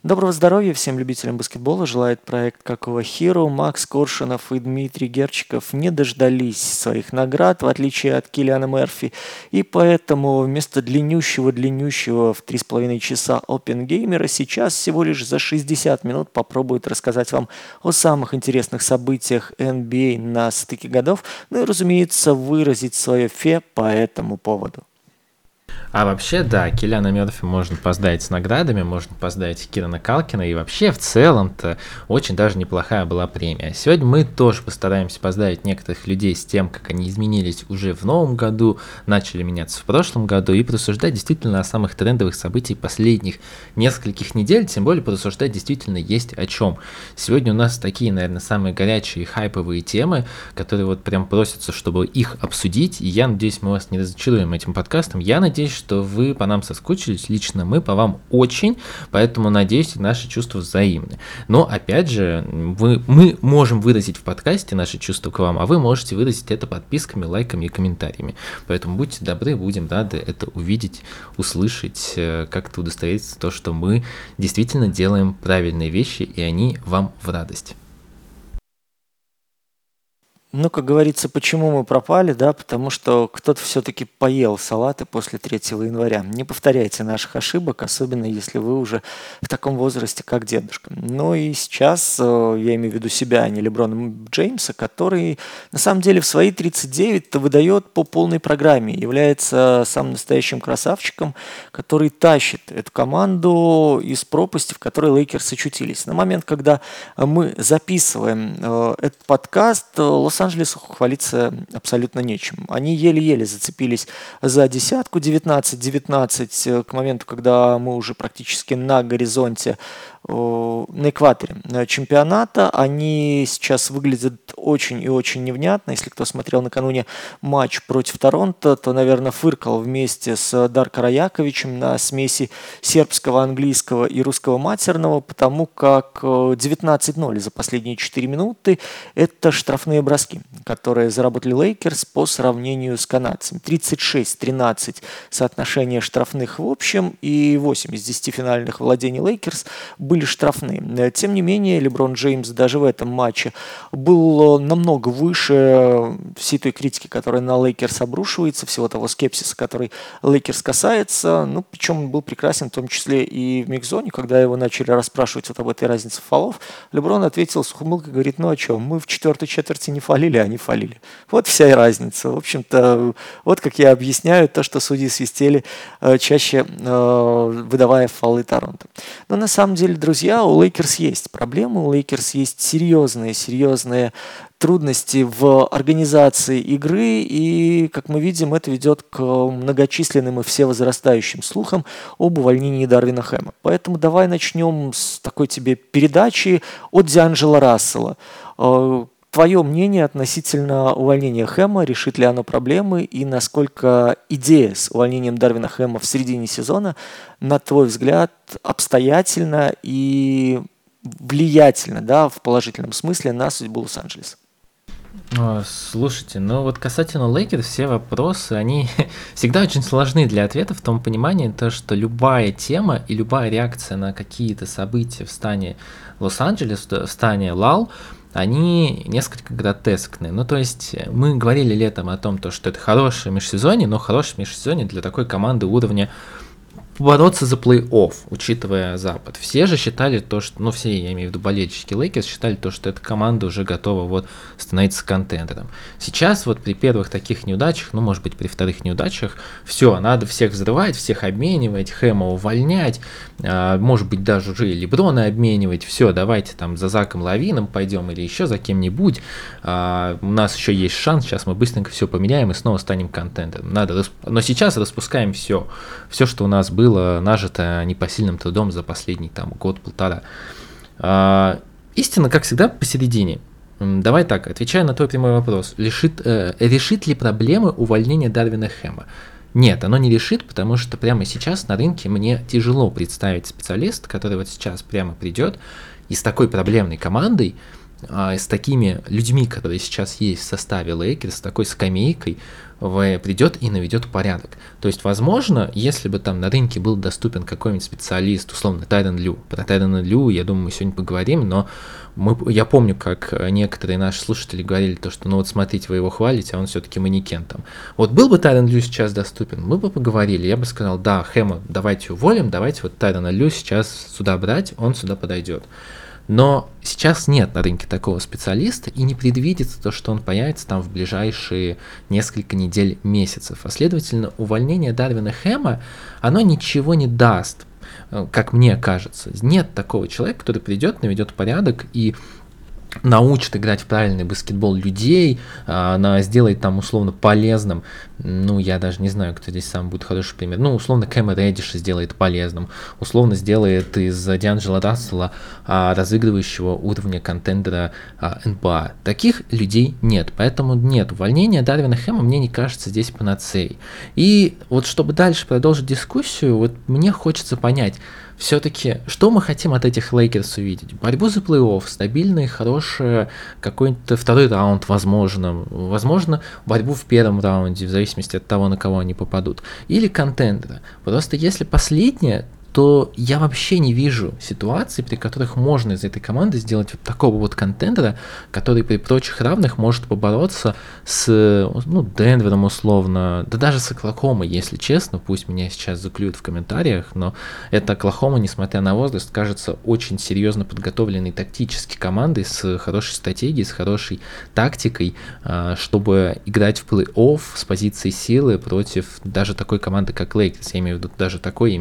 Доброго здоровья всем любителям баскетбола. Желает проект «Какого Hero». Макс Коршунов и Дмитрий Герчиков не дождались своих наград, в отличие от Киллиана Мерфи. И поэтому вместо длиннющего в 3,5 часа опенгеймера сейчас всего лишь за 60 минут попробует рассказать вам о самых интересных событиях NBA на стыке годов. Ну и, разумеется, выразить свое фе по этому поводу. А вообще, да, Киллиана Мерфи можно поздравить с наградами, можно поздравить Кирана Калкина, и вообще, в целом-то, очень даже неплохая была премия. Сегодня мы тоже постараемся поздравить некоторых людей с тем, как они изменились уже в новом году, начали меняться в прошлом году, и порассуждать действительно о самых трендовых событиях последних нескольких недель, тем более порассуждать действительно есть о чем. Сегодня у нас такие, наверное, самые горячие хайповые темы, которые вот прям просятся, чтобы их обсудить, и я надеюсь, мы вас не разочаруем этим подкастом. Я надеюсь, что вы по нам соскучились, лично мы по вам очень, поэтому, надеюсь, наши чувства взаимны. Но, опять же, мы можем выразить в подкасте наши чувства к вам, а вы можете выразить это подписками, лайками и комментариями. Поэтому будьте добры, будем рады это увидеть, услышать, как-то удостовериться в том, что мы действительно делаем правильные вещи, и они вам в радость. Ну, как говорится, почему мы пропали, да, потому что кто-то все-таки поел салаты после 3 января. Не повторяйте наших ошибок, особенно если вы уже в таком возрасте, как дедушка. Ну и сейчас, я имею в виду себя, а не Леброна Джеймса, который на самом деле в свои 39-то выдает по полной программе, является самым настоящим красавчиком, который тащит эту команду из пропасти, в которой Лейкерс очутились. На момент, когда мы записываем этот подкаст, Лос-Анджелесу хвалиться абсолютно нечем. Они еле-еле зацепились за десятку 19-19 к моменту, когда мы уже практически на горизонте, на экваторе чемпионата. Они сейчас выглядят очень и очень невнятно. Если кто смотрел накануне матч против Торонто, то, наверное, фыркал вместе с Дарко Раяковичем на смеси сербского, английского и русского матерного, потому как 19-0 за последние 4 минуты – это штрафные броски, которые заработали Лейкерс по сравнению с канадцами. 36-13 соотношение штрафных в общем, и 8 из 10 финальных владений Лейкерс были штрафные. Тем не менее, Леброн Джеймс даже в этом матче был намного выше всей той критики, которая на Лейкерс обрушивается, всего того скепсиса, который Лейкерс касается. Ну, причем он был прекрасен, в том числе и в микс-зоне, когда его начали расспрашивать вот об этой разнице фолов. Леброн ответил с ухмылкой, говорит, ну а что, мы в четвертой четверти не фолили, а они фолили. Вот вся и разница. В общем-то, вот как я объясняю то, что судьи свистели, чаще выдавая фолы Торонто. Но на самом деле, друзья, у Лейкерс есть проблемы, у Лейкерс есть серьезные трудности в организации игры, и, как мы видим, это ведет к многочисленным и всевозрастающим слухам об увольнении Дарвина Хэма. Поэтому давай начнем с такой тебе передачи от Д'Анджело Рассела. Твое мнение относительно увольнения Хэма, решит ли оно проблемы, и насколько идея с увольнением Дарвина Хэма в середине сезона, на твой взгляд, обстоятельно и влиятельно, да, в положительном смысле, на судьбу Лос-Анджелеса? Слушайте, ну вот касательно Лейкерс, все вопросы, они всегда очень сложны для ответа в том понимании, то, что любая тема и любая реакция на какие-то события в стане Лос-Анджелес, в стане ЛАЛ, они несколько гротескны. Ну, то есть, мы говорили летом о том, что это хорошее межсезонье, но хорошее межсезонье для такой команды уровня бороться за плей-офф, учитывая Запад. Все же считали то, что, ну все, я имею в виду болельщики Лейкерс, считали то, что эта команда уже готова вот становиться контендером. Сейчас вот при первых таких неудачах, ну может быть при вторых неудачах, все, надо всех взрывать, всех обменивать, Хэма увольнять, может быть даже уже и Леброна обменивать, все, давайте там за Заком Лавином пойдем или еще за кем-нибудь, у нас еще есть шанс, сейчас мы быстренько все поменяем и снова станем контендером. Но сейчас распускаем все, что у нас было нажито непосильным трудом за последний там год-полтора. Истина, как всегда, посередине. Давай так, отвечая на твой прямой вопрос, решит ли проблемы увольнения Дарвина Хэма? Нет, оно не решит, потому что прямо сейчас на рынке мне тяжело представить специалиста, который вот сейчас прямо придет и с такой проблемной командой с такими людьми, которые сейчас есть в составе Лейкерс, с такой скамейкой, придет и наведет порядок. То есть, возможно, если бы там на рынке был доступен какой-нибудь специалист, условно, Тайрон Лю. Про Тайрона Лю, я думаю, мы сегодня поговорим, но я помню, как некоторые наши слушатели говорили, то, что ну вот смотрите, вы его хвалите, а он все-таки манекен там. Вот был бы Тайрон Лю сейчас доступен, мы бы поговорили, я бы сказал, да, Хэма, давайте уволим, давайте вот Тайрона Лю сейчас сюда брать, он сюда подойдет. Но сейчас нет на рынке такого специалиста и не предвидится то, что он появится там в ближайшие несколько недель, месяцев. А следовательно, увольнение Дарвина Хэма, оно ничего не даст, как мне кажется. Нет такого человека, который придет, наведет порядок и научит играть в правильный баскетбол людей, она сделает там условно полезным, ну, я даже не знаю, кто здесь сам будет хороший пример, ну, условно Кэма Реддиша сделает полезным, условно сделает из Дианджело Рассела разыгрывающего уровня контендера НБА. Таких людей нет, поэтому нет, увольнение Дарвина Хэма мне не кажется здесь панацеей. И вот чтобы дальше продолжить дискуссию, вот мне хочется понять, все-таки, что мы хотим от этих Лейкерс увидеть? Борьбу за плей-офф, стабильный, хороший какой-то второй раунд, возможно, борьбу в первом раунде, в зависимости от того, на кого они попадут, или контендера. Просто если последнее, то я вообще не вижу ситуаций, при которых можно из этой команды сделать вот такого вот контендера, который при прочих равных может побороться с, ну, Денвером условно, да даже с Оклахомой, если честно, пусть меня сейчас заклюют в комментариях, но эта Оклахома, несмотря на возраст, кажется очень серьезно подготовленной тактически командой с хорошей стратегией, с хорошей тактикой, чтобы играть в плей-офф с позиции силы против даже такой команды, как Лейкерс, я имею в виду даже такой,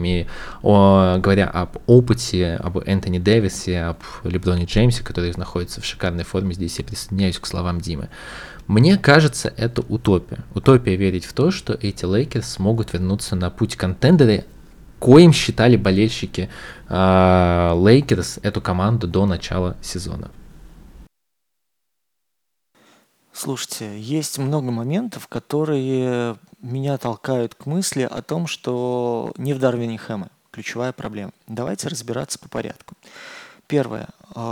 говоря об опыте, об Энтони Дэвисе, об Леброне Джеймсе, который находится в шикарной форме, здесь я присоединяюсь к словам Димы. Мне кажется, это утопия. Утопия верить в то, что эти Лейкерс смогут вернуться на путь контендера, коим считали болельщики Лейкерс эту команду до начала сезона. Слушайте, есть много моментов, которые меня толкают к мысли о том, что не в Дарвине Хэме ключевая проблема. Давайте разбираться по порядку. Первое.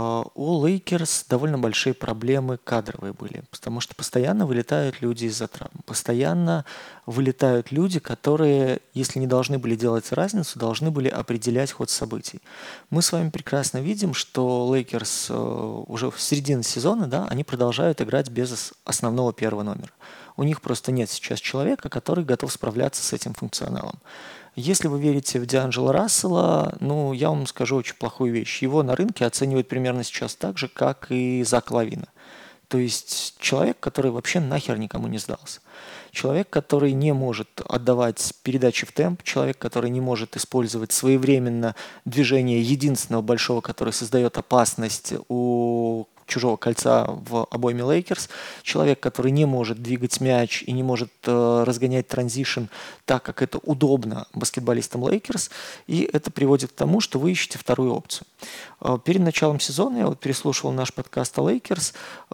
У Лейкерс довольно большие проблемы кадровые были, потому что постоянно вылетают люди из-за травм. Постоянно вылетают люди, которые, если не должны были делать разницу, должны были определять ход событий. Мы с вами прекрасно видим, что Лейкерс уже в середине сезона, да, они продолжают играть без основного первого номера. У них просто нет сейчас человека, который готов справляться с этим функционалом. Если вы верите в Дианджело Рассела, ну, я вам скажу очень плохую вещь. Его на рынке оценивают примерно сейчас так же, как и Зак Лавина. То есть человек, который вообще нахер никому не сдался. Человек, который не может отдавать передачи в темп, человек, который не может использовать своевременно движение единственного большого, который создает опасность у чужого кольца в обойме Лейкерс, человек, который не может двигать мяч и не может разгонять транзишн так, как это удобно баскетболистам Лейкерс, и это приводит к тому, что вы ищете вторую опцию. Перед началом сезона я вот переслушивал наш подкаст о Лейкерс,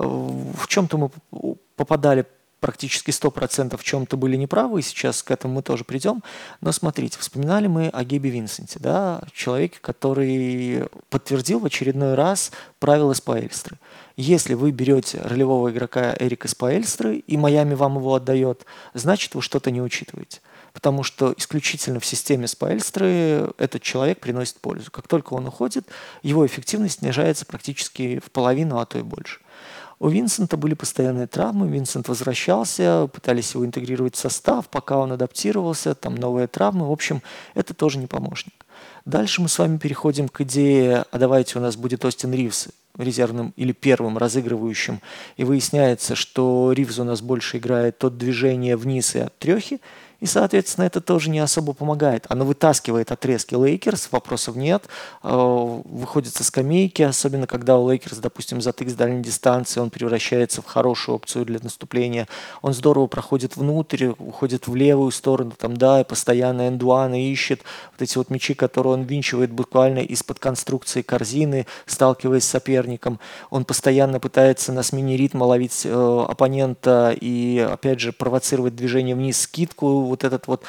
в чем-то мы попадали практически 100% в чем-то были неправы, и сейчас к этому мы тоже придем. Но смотрите, вспоминали мы о Гейбе Винсенте, да, человеке, который подтвердил в очередной раз правила Споэльстры. Если вы берете ролевого игрока Эрика Споэльстры, и Майами вам его отдает, значит, вы что-то не учитываете. Потому что исключительно в системе Споэльстры этот человек приносит пользу. Как только он уходит, его эффективность снижается практически в половину, а то и больше. У Винсента были постоянные травмы, Винсент возвращался, пытались его интегрировать в состав, пока он адаптировался, там новые травмы, в общем, это тоже не помощник. Дальше мы с вами переходим к идее, а давайте у нас будет Остин Ривз резервным или первым разыгрывающим, и выясняется, что Ривз у нас больше играет от движения вниз и от трехи, и, соответственно, это тоже не особо помогает. Оно вытаскивает отрезки Лейкерс, вопросов нет, выходит со скамейки, особенно когда у Лейкерс, допустим, затык с дальней дистанции, он превращается в хорошую опцию для наступления. Он здорово проходит внутрь, уходит в левую сторону, там, да, и постоянно эндуаны ищет вот эти вот мячи, которые он винчивает буквально из-под конструкции корзины, сталкиваясь с соперником. Он постоянно пытается на смене ритма ловить оппонента и, опять же, провоцировать движение вниз, скидку, вот этот вот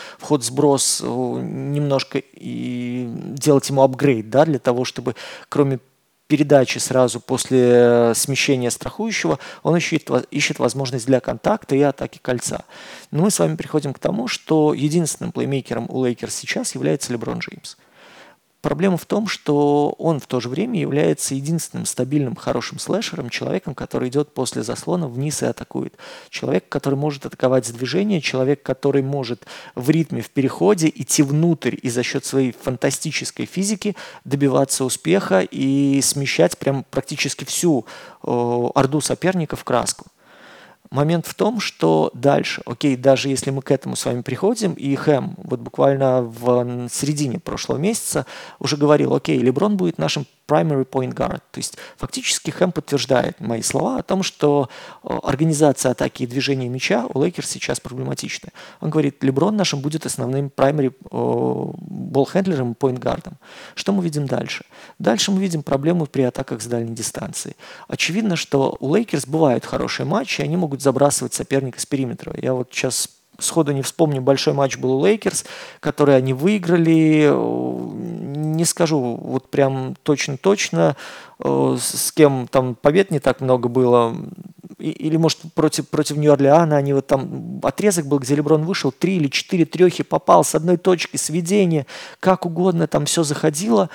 вход-сброс немножко и делать ему апгрейд, да, для того, чтобы кроме передачи сразу после смещения страхующего, он ищет возможность для контакта и атаки кольца. Но мы с вами приходим к тому, что единственным плеймейкером у Лейкерс сейчас является Леброн Джеймс. Проблема в том, что он в то же время является единственным стабильным, хорошим слэшером, человеком, который идет после заслона вниз и атакует. Человек, который может атаковать с движения, человек, который может в ритме, в переходе идти внутрь и за счет своей фантастической физики добиваться успеха и смещать прям практически всю орду соперников в краску. Момент в том, что дальше, даже если мы к этому с вами приходим, и Хэм вот буквально в середине прошлого месяца уже говорил, Леброн будет нашим primary point guard. То есть фактически Хэм подтверждает мои слова о том, что организация атаки и движения мяча у Лейкерс сейчас проблематична. Он говорит, Леброн нашим будет основным primary болл-хендлером и point-гардом. Что мы видим дальше? Дальше мы видим проблему при атаках с дальней дистанции. Очевидно, что у Лейкерс бывают хорошие матчи, и они могут забрасывать соперника с периметра. Я вот сейчас сходу не вспомню, большой матч был у Лейкерс, который они выиграли. Не скажу вот прям точно, с кем там побед не так много было. Или, может, против Нью-Орлеана они вот там отрезок был, где Леброн вышел, 3 или 4 трехи попал с одной точки, сведение, как угодно, там все заходило.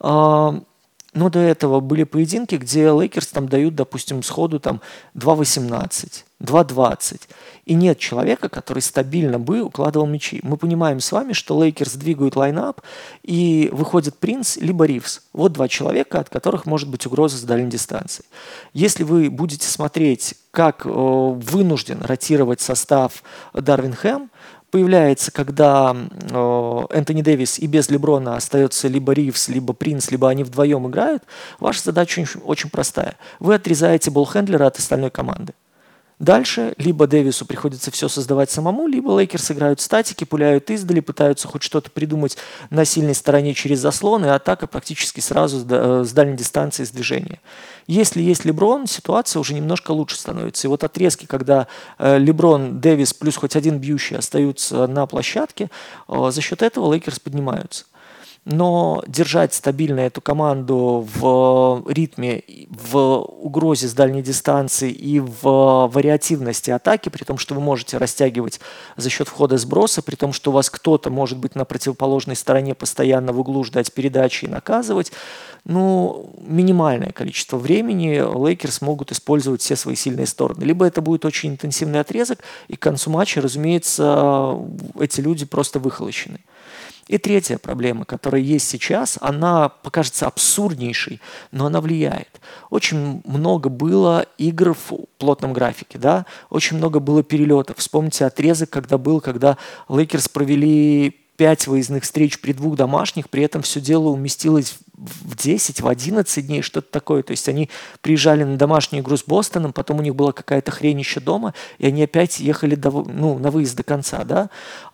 Но до этого были поединки, где Лейкерс там дают, допустим, сходу там 2.18, 2.20. И нет человека, который стабильно бы укладывал мячи. Мы понимаем с вами, что Лейкерс двигают лайнап, и выходит Принц либо Ривз. Вот два человека, от которых может быть угроза с дальней дистанции. Если вы будете смотреть, как вынужден ротировать состав Дарвин Хэм, появляется, когда Энтони Дэвис и без Леброна остается либо Ривз, либо Принц, либо они вдвоем играют, ваша задача очень простая. Вы отрезаете болл-хендлера от остальной команды. Дальше либо Дэвису приходится все создавать самому, либо Лейкерс играют статики, пуляют издали, пытаются хоть что-то придумать на сильной стороне через заслон, и атака практически сразу с дальней дистанции, с движения. Если есть Леброн, ситуация уже немножко лучше становится. И вот отрезки, когда Леброн, Дэвис плюс хоть один бьющий остаются на площадке, за счет этого Лейкерс поднимаются. Но держать стабильно эту команду в ритме, в угрозе с дальней дистанции и в вариативности атаки, при том, что вы можете растягивать за счет входа сброса, при том, что у вас кто-то может быть на противоположной стороне постоянно в углу ждать передачи и наказывать, минимальное количество времени Лейкерс могут использовать все свои сильные стороны. Либо это будет очень интенсивный отрезок, и к концу матча, разумеется, эти люди просто выхолощены. И третья проблема, которая есть сейчас, она покажется абсурднейшей, но она влияет. Очень много было игр в плотном графике, да? Очень много было перелетов. Вспомните отрезок, когда Лейкерс провели 5 выездных встреч при 2 домашних, при этом все дело уместилось в 10, в 11 дней, что-то такое. То есть они приезжали на домашнюю игру с Бостоном, потом у них была какая-то хрень еще дома, и они опять ехали на выезд до конца, да?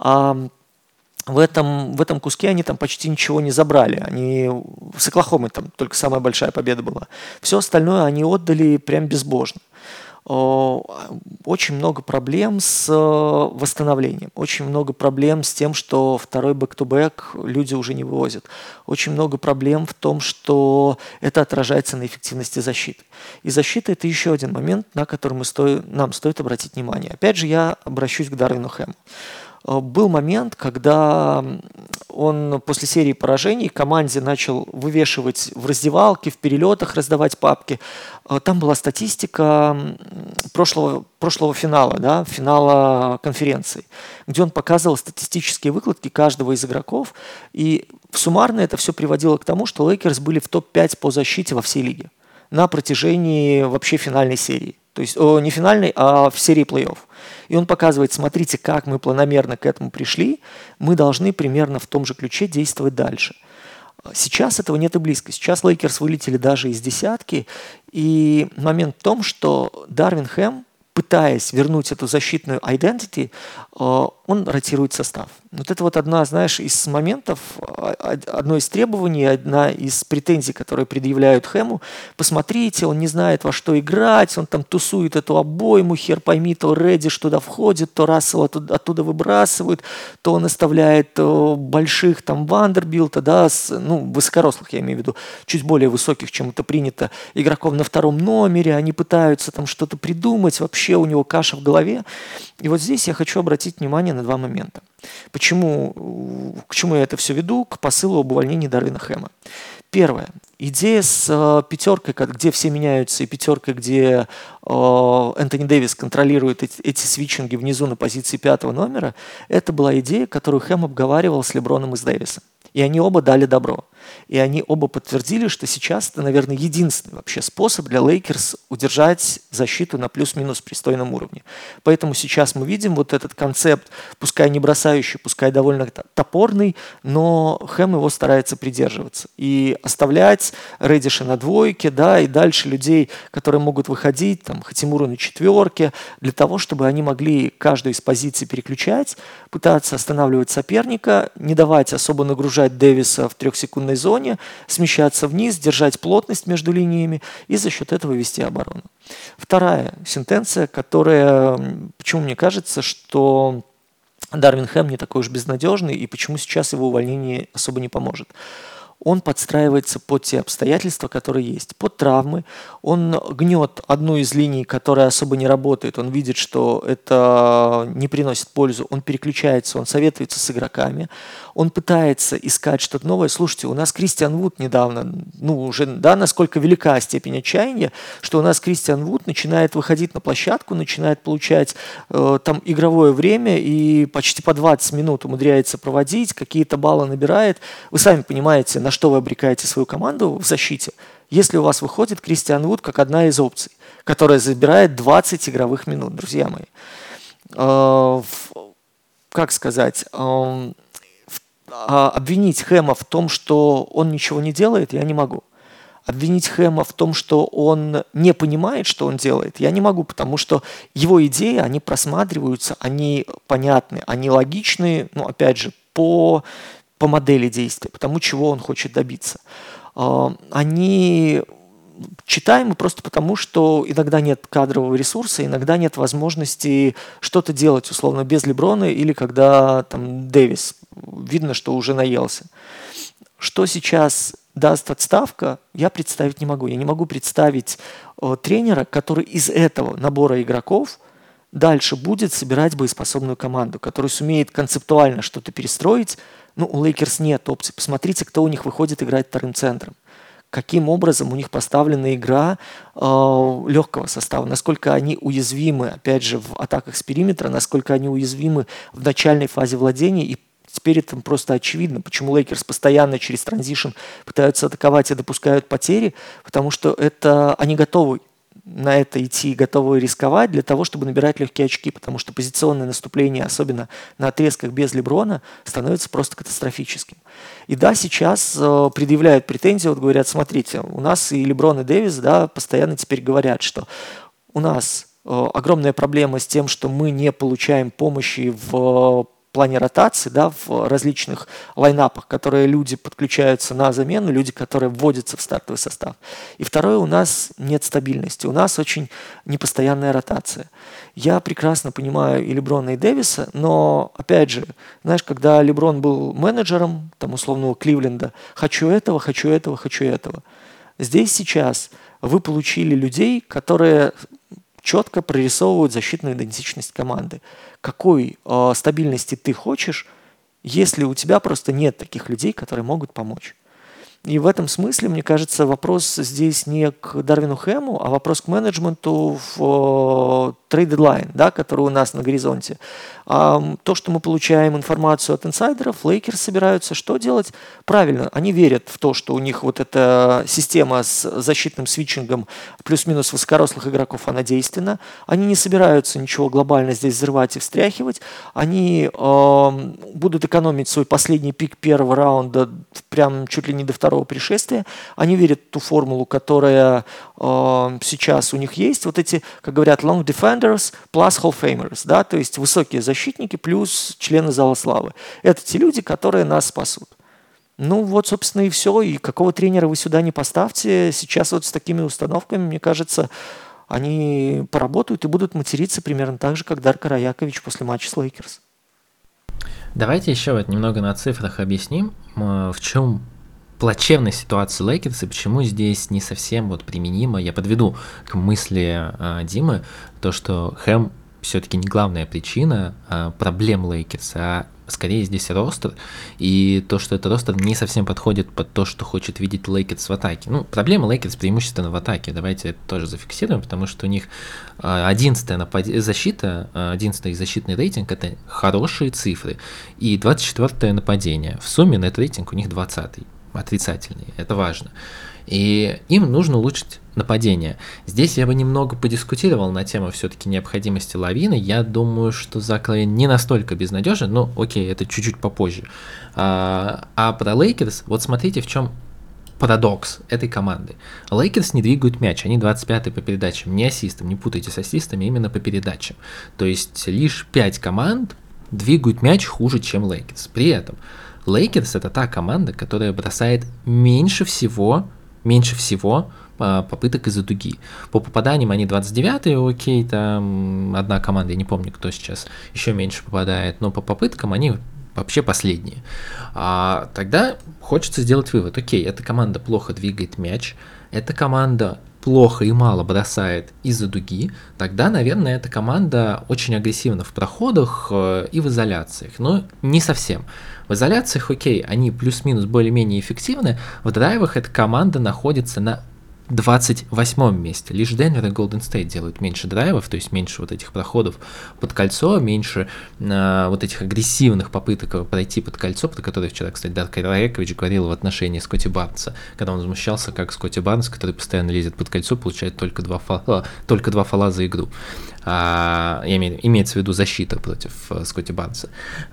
В этом куске они там почти ничего не забрали. Они с Оклахомой там только самая большая победа была. Все остальное они отдали прям безбожно. Очень много проблем с восстановлением. Очень много проблем с тем, что второй бэк-ту-бэк люди уже не вывозят. Очень много проблем в том, что это отражается на эффективности защиты. И защита – это еще один момент, на который нам стоит обратить внимание. Опять же, я обращусь к Дарвину Хэму. Был момент, когда он после серии поражений команде начал вывешивать в раздевалке, в перелетах раздавать папки. Там была статистика прошлого финала, да, финала конференции, где он показывал статистические выкладки каждого из игроков. И суммарно это все приводило к тому, что Лейкерс были в топ-5 по защите во всей лиге на протяжении вообще финальной серии. То есть не финальной, а в серии плей-офф. И он показывает, смотрите, как мы планомерно к этому пришли, мы должны примерно в том же ключе действовать дальше. Сейчас этого нет и близко. Сейчас Лейкерс вылетели даже из десятки. И момент в том, что Дарвин Хэм пытаясь вернуть эту защитную identity, он ротирует состав. Вот это вот одна, знаешь, из моментов, одно из требований, одна из претензий, которые предъявляют Хэму. Посмотрите, он не знает, во что играть, он там тусует эту обойму, хер пойми, то Реддиш туда входит, то Рассела оттуда выбрасывают, то он оставляет больших там Вандербилта, да, высокорослых, я имею в виду, чуть более высоких, чем это принято, игроков на втором номере, они пытаются там что-то придумать, вообще у него каша в голове. И вот здесь я хочу обратить внимание на два момента. К чему я это все веду? К посылу об увольнении Дарвина Хэма. Первое. Идея с пятеркой, где все меняются, и пятеркой, где Энтони Дэвис контролирует эти свитчинги внизу на позиции пятого номера, это была идея, которую Хэм обговаривал с Леброном и с Дэвисом. И они оба дали добро. И они оба подтвердили, что сейчас это, наверное, единственный вообще способ для Лейкерс удержать защиту на плюс-минус пристойном уровне. Поэтому сейчас мы видим вот этот концепт, пускай не бросающий, пускай довольно топорный, но Хэм его старается придерживаться. И оставлять Реддиша на двойке, да, и дальше людей, которые могут выходить, там, Хатимуру на четверке, для того, чтобы они могли каждую из позиций переключать, пытаться останавливать соперника, не давать особо нагружать Дэвиса в трехсекундной зоне, смещаться вниз, держать плотность между линиями и за счет этого вести оборону. Вторая сентенция, которая, почему мне кажется, что Дарвин Хэм не такой уж безнадежный и почему сейчас его увольнение особо не поможет. Он подстраивается под те обстоятельства, которые есть, под травмы. Он гнет одну из линий, которая особо не работает. Он видит, что это не приносит пользу. Он переключается, он советуется с игроками. Он пытается искать что-то новое. Слушайте, у нас Кристиан Вуд недавно, уже, да, насколько велика степень отчаяния, что у нас Кристиан Вуд начинает выходить на площадку, начинает получать там игровое время и почти по 20 минут умудряется проводить, какие-то баллы набирает. Вы сами понимаете, на что вы обрекаете свою команду в защите, если у вас выходит Кристиан Вуд как одна из опций, которая забирает 20 игровых минут, друзья мои. Как сказать, обвинить Хэма в том, что он ничего не делает, я не могу. Обвинить Хэма в том, что он не понимает, что он делает, я не могу, потому что его идеи, они просматриваются, они понятны, они логичны, опять же, по модели действия, по тому, чего он хочет добиться. Они читаемы просто потому, что иногда нет кадрового ресурса, иногда нет возможности что-то делать, условно, без Леброна или когда там Дэвис, видно, что уже наелся. Что сейчас даст отставка, я представить не могу. Я не могу представить тренера, который из этого набора игроков дальше будет собирать боеспособную команду, который сумеет концептуально что-то перестроить. У Лейкерс нет опций. Посмотрите, кто у них выходит играть вторым центром. Каким образом у них поставлена игра легкого состава, насколько они уязвимы, опять же, в атаках с периметра, насколько они уязвимы в начальной фазе владения. И теперь это просто очевидно, почему Лейкерс постоянно через транзишн пытаются атаковать и допускают потери, потому что они готовы на это идти, готовы рисковать для того, чтобы набирать легкие очки, потому что позиционное наступление, особенно на отрезках без Леброна, становится просто катастрофическим. И да, сейчас предъявляют претензии, говорят, смотрите, у нас и Леброн, и Дэвис, да, постоянно теперь говорят, что у нас огромная проблема с тем, что мы не получаем помощи в плане ротации, да, в различных лайнапах, которые люди подключаются на замену, люди, которые вводятся в стартовый состав. И второе, у нас нет стабильности, у нас очень непостоянная ротация. Я прекрасно понимаю и Леброна, и Дэвиса, но, опять же, знаешь, когда Леброн был менеджером, там, условного Кливленда, хочу этого, хочу этого, хочу этого. Здесь сейчас вы получили людей, которые четко прорисовывают защитную идентичность команды. Какой стабильности ты хочешь, если у тебя просто нет таких людей, которые могут помочь. И в этом смысле, мне кажется, вопрос здесь не к Дарвину Хэму, а вопрос к менеджменту в трейд-дедлайн, да, который у нас на горизонте. То, что мы получаем информацию от инсайдеров, Лейкерс собираются что делать? Правильно, они верят в то, что у них вот эта система с защитным свитчингом плюс-минус высокорослых игроков, она действенна. Они не собираются ничего глобально здесь взрывать и встряхивать. Они будут экономить свой последний пик первого раунда прям чуть ли не до второго второго пришествия. Они верят в ту формулу, которая сейчас у них есть. Вот эти, как говорят, long defenders plus hall famers, да, то есть высокие защитники плюс члены зала славы. Это те люди, которые нас спасут. Ну вот, собственно, и все. И какого тренера вы сюда не поставьте, сейчас вот с такими установками, мне кажется, они поработают и будут материться примерно так же, как Дарко Раjakovič после матча с Лейкерс. Давайте еще вот немного на цифрах объясним, в чем плачевная ситуация Лейкерс и почему здесь не совсем вот применимо. Я подведу к мысли Димы, то, что Хэм все-таки не главная причина проблем Лейкерс, а скорее здесь ростер, и то, что этот ростер не совсем подходит под то, что хочет видеть Лейкерс в атаке. Ну, проблема Лейкерс преимущественно в атаке, давайте это тоже зафиксируем, потому что у них 11-я защита, 11-й защитный рейтинг — это хорошие цифры, и 24-е нападение. В сумме нет-рейтинг у них 20-й, отрицательный, это важно. И им нужно улучшить нападение. Здесь я бы немного подискутировал на тему все-таки необходимости Лавины. Я думаю, что Зак Лавин не настолько безнадежен, но окей, это чуть-чуть попозже. А про Лейкерс, вот смотрите, в чем парадокс этой команды. Лейкерс не двигают мяч, они 25-й по передачам, не ассистам, не путайте с ассистами, именно по передачам. То есть лишь 5 команд двигают мяч хуже, чем Лейкерс. При этом Лейкерс — это та команда, которая бросает меньше всего попыток из-за дуги. По попаданиям они 29-е, окей, там одна команда, я не помню, кто сейчас еще меньше попадает, но по попыткам они вообще последние. Тогда хочется сделать вывод. Окей, эта команда плохо двигает мяч, эта команда плохо и мало бросает из-за дуги, тогда, наверное, эта команда очень агрессивна в проходах и в изоляциях, но не совсем. В изоляциях, окей, они плюс-минус более-менее эффективны, в драйвах эта команда находится на 28-м месте. Лишь Денвер и Голден Стейт делают меньше драйвов, то есть меньше вот этих проходов под кольцо, меньше вот этих агрессивных попыток пройти под кольцо, про которые вчера, кстати, Дарко Раjakovič говорил в отношении Скотти Барнса, когда он возмущался, как Скотти Барнс, который постоянно лезет под кольцо, получает только два фола за игру. Имеется в виду защита против Скотти Барнса.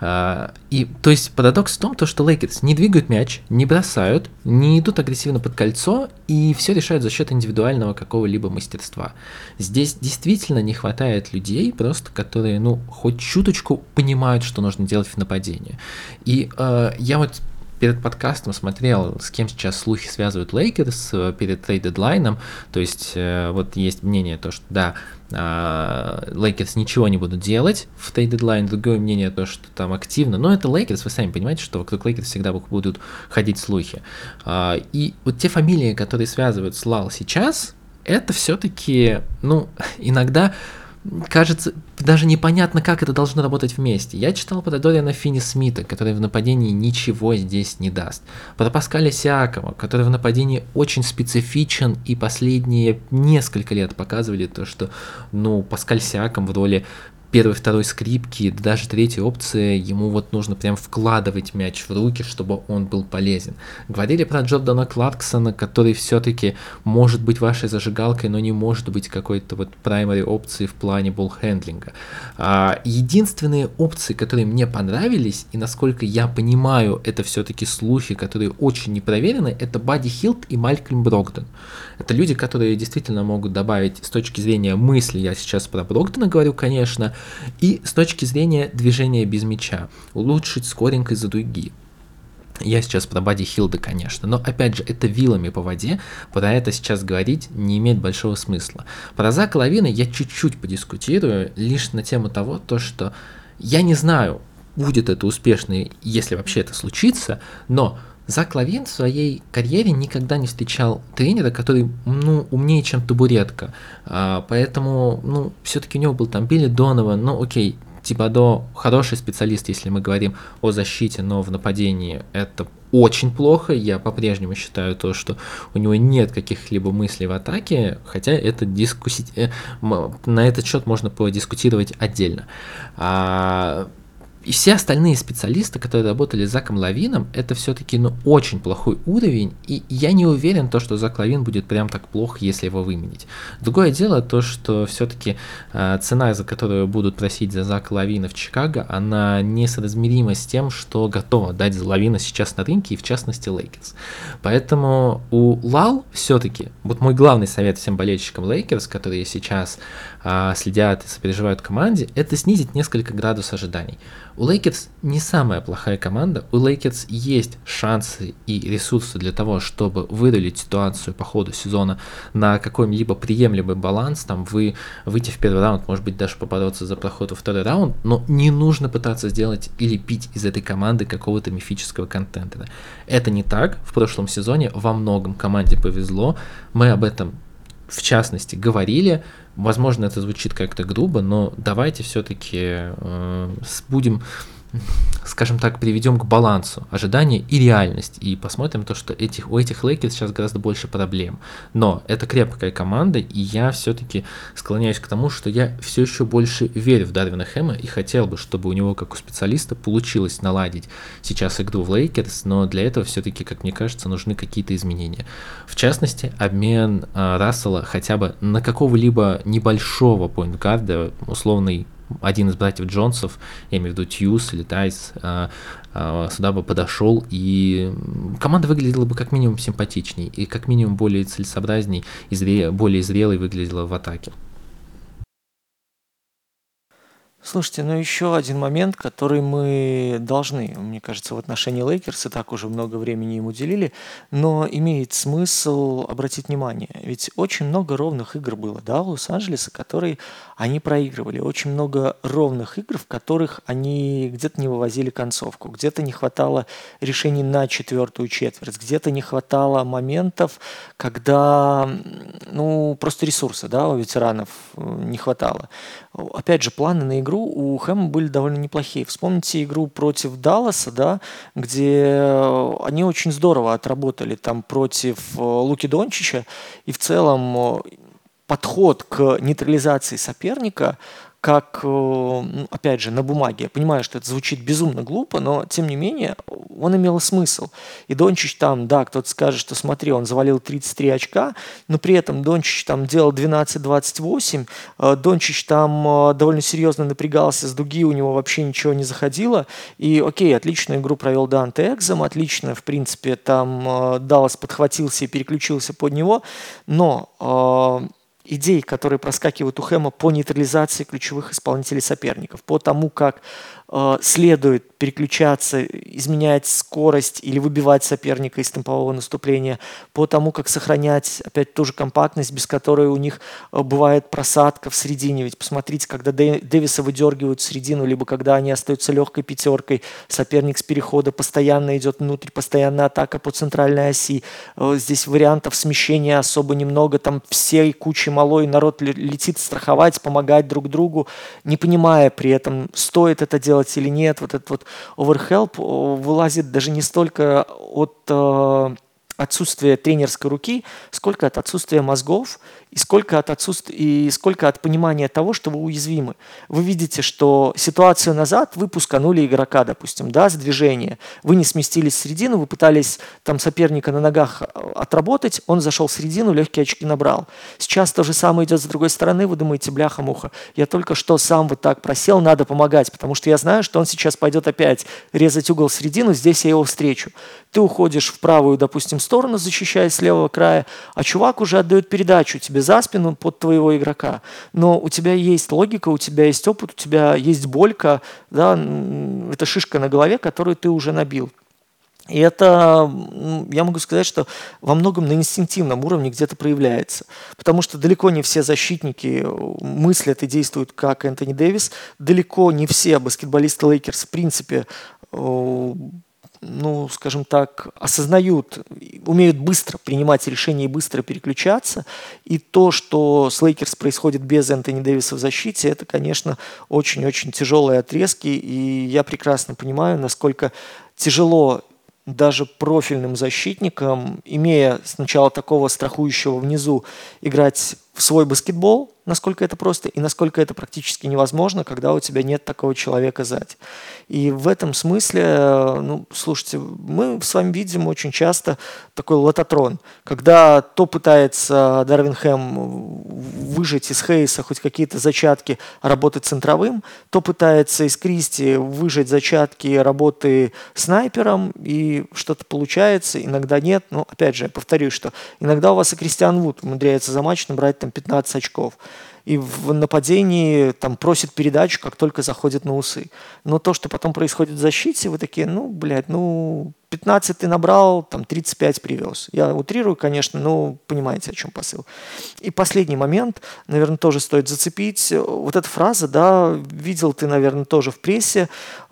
И то есть парадокс в том, что Лейкерс не двигают мяч, не бросают, не идут агрессивно под кольцо, и все решают за счет индивидуального какого-либо мастерства. Здесь действительно не хватает людей, просто которые, хоть чуточку понимают, что нужно делать в нападении. И я вот перед подкастом смотрел, с кем сейчас слухи связывают Лейкерс перед трейд-дедлайном. То есть вот есть мнение, то, что да, Лейкерс ничего не будут делать в трейд-дедлайн, другое мнение, то, что там активно. Но это Лейкерс, вы сами понимаете, что вокруг Лейкерс всегда будут ходить слухи. И вот те фамилии, которые связывают с Лал сейчас, это все-таки, иногда кажется, даже непонятно, как это должно работать вместе. Я читал про Дориана Финни-Смита, который в нападении ничего здесь не даст. Про Паскаля Сиакама, который в нападении очень специфичен, и последние несколько лет показывали то, что, Паскаль Сиакам в роли первой, второй скрипки, даже третьей опции, ему вот нужно прям вкладывать мяч в руки, чтобы он был полезен. Говорили про Джордана Кларксона, который все-таки может быть вашей зажигалкой, но не может быть какой-то вот праймари опции в плане болл-хендлинга. Единственные опции, которые мне понравились, и насколько я понимаю, это все-таки слухи, которые очень непроверены, это Бадди Хилд и Малькольм Брогдон. Это люди, которые действительно могут добавить с точки зрения мысли, я сейчас про Брогдона говорю, конечно, и с точки зрения движения без мяча, улучшить скоринг из-за дуги. Я сейчас про Бадди Хилда, конечно, но опять же, это вилами по воде, про это сейчас говорить не имеет большого смысла. Про Зака Лавина я чуть-чуть подискутирую, лишь на тему того, что я не знаю, будет это успешно, если вообще это случится, но Зак Лавин в своей карьере никогда не встречал тренера, который, умнее, чем табуретка. Поэтому, все-таки у него был там Билли Донован, окей, Тибадо хороший специалист, если мы говорим о защите, но в нападении это очень плохо. Я по-прежнему считаю то, что у него нет каких-либо мыслей в атаке, хотя это на этот счет можно подискутировать отдельно. И все остальные специалисты, которые работали с Заком Лавином, это все-таки очень плохой уровень, и я не уверен, что Зак Лавин будет прям так плохо, если его выменить. Другое дело то, что все-таки цена, за которую будут просить за Зака Лавина в Чикаго, она несоразмерима с тем, что готова дать за Лавина сейчас на рынке, и в частности Лейкерс. Поэтому у Лал все-таки, вот мой главный совет всем болельщикам Лейкерс, которые сейчас следят и сопереживают команде, это снизить несколько градусов ожиданий. У Лейкерс не самая плохая команда, у Лейкерс есть шансы и ресурсы для того, чтобы вырулить ситуацию по ходу сезона на какой-либо приемлемый баланс, там выйти в первый раунд, может быть даже побороться за проход во второй раунд, но не нужно пытаться сделать или пить из этой команды какого-то мифического контентера. Это не так, в прошлом сезоне во многом команде повезло, мы об этом в частности говорили. Возможно, это звучит как-то грубо, но давайте все-таки будем, скажем так, приведем к балансу ожидания и реальность, и посмотрим то, что у этих Лейкерс сейчас гораздо больше проблем. Но это крепкая команда, и я все-таки склоняюсь к тому, что я все еще больше верю в Дарвина Хэма и хотел бы, чтобы у него, как у специалиста, получилось наладить сейчас игру в Лейкерс, но для этого все-таки, как мне кажется, нужны какие-то изменения. В частности, обмен Рассела хотя бы на какого-либо небольшого поинт-гарда, условный один из братьев Джонсов, я имею в виду Тьюс или Тайс, сюда бы подошел, и команда выглядела бы как минимум симпатичней, и как минимум более целесообразней, и более зрелой выглядела в атаке. Слушайте, еще один момент, который мы должны, мне кажется, в отношении Лейкерс, и так уже много времени им уделили, но имеет смысл обратить внимание. Ведь очень много ровных игр было, да, у Лос-Анджелеса, которые они проигрывали. Очень много ровных игр, в которых они где-то не вывозили концовку, где-то не хватало решений на четвертую четверть, где-то не хватало моментов, когда, просто ресурса, да, у ветеранов не хватало. Опять же, планы на игру у Хэма были довольно неплохие. Вспомните игру против Далласа, да, где они очень здорово отработали там против Луки Дончича, и в целом подход к нейтрализации соперника, как, опять же, на бумаге. Я понимаю, что это звучит безумно глупо, но, тем не менее, он имел смысл. И Дончич там, да, кто-то скажет, что смотри, он завалил 33 очка, но при этом Дончич там делал 12-28, Дончич там довольно серьезно напрягался с дуги, у него вообще ничего не заходило. И окей, отличную игру провел Данте Экзам, отлично, в принципе, там Даллас подхватился и переключился под него, но идей, которые проскакивают у Хэма по нейтрализации ключевых исполнителей соперников, по тому, как следует переключаться, изменять скорость или выбивать соперника из темпового наступления, по тому, как сохранять, опять ту же компактность, без которой у них бывает просадка в середине. Ведь посмотрите, когда Дэвиса выдергивают в середину, либо когда они остаются легкой пятеркой, соперник с перехода постоянно идет внутрь, постоянно атака по центральной оси. Здесь вариантов смещения особо немного, там всей кучей малой народ летит страховать, помогать друг другу, не понимая при этом, стоит это делать или нет. Вот этот вот оверхелп вылазит даже не столько от отсутствия тренерской руки, сколько от отсутствия мозгов и сколько от понимания того, что вы уязвимы. Вы видите, что ситуацию назад вы пусканули игрока, допустим, да, с движения. Вы не сместились в середину, вы пытались там соперника на ногах отработать, он зашел в середину, легкие очки набрал. Сейчас то же самое идет с другой стороны, вы думаете, бляха-муха, я только что сам вот так просел, надо помогать, потому что я знаю, что он сейчас пойдет опять резать угол в середину, здесь я его встречу. Ты уходишь в правую, допустим, сторону, защищаясь с левого края, а чувак уже отдает передачу тебе за спину под твоего игрока. Но у тебя есть логика, у тебя есть опыт, у тебя есть болька, да, это шишка на голове, которую ты уже набил. И это, я могу сказать, что во многом на инстинктивном уровне где-то проявляется. Потому что далеко не все защитники мыслят и действуют как Энтони Дэвис. Далеко не все баскетболисты Лейкерс в принципе скажем так, осознают, умеют быстро принимать решения и быстро переключаться. И то, что с Лейкерс происходит без Энтони Дэвиса в защите, это, конечно, очень-очень тяжелые отрезки. И я прекрасно понимаю, насколько тяжело даже профильным защитникам, имея сначала такого страхующего внизу, играть в свой баскетбол, насколько это просто, и насколько это практически невозможно, когда у тебя нет такого человека сзади. И в этом смысле, ну, слушайте, мы с вами видим очень часто такой лототрон, когда то пытается Дарвин Хэм выжать из Хейса хоть какие-то зачатки работы центровым, то пытается из Кристи выжать зачатки работы снайпером, и что-то получается, иногда нет. Но, опять же, я повторюсь, что иногда у вас и Кристиан Вуд умудряется за матч набрать там 15 очков. И в нападении там просит передачу, как только заходит на усы. Но то, что потом происходит в защите, вы такие, 15 ты набрал, там 35 привез. Я утрирую, конечно, но понимаете, о чем посыл. И последний момент, наверное, тоже стоит зацепить. Вот эта фраза, да, видел ты, наверное, тоже в прессе.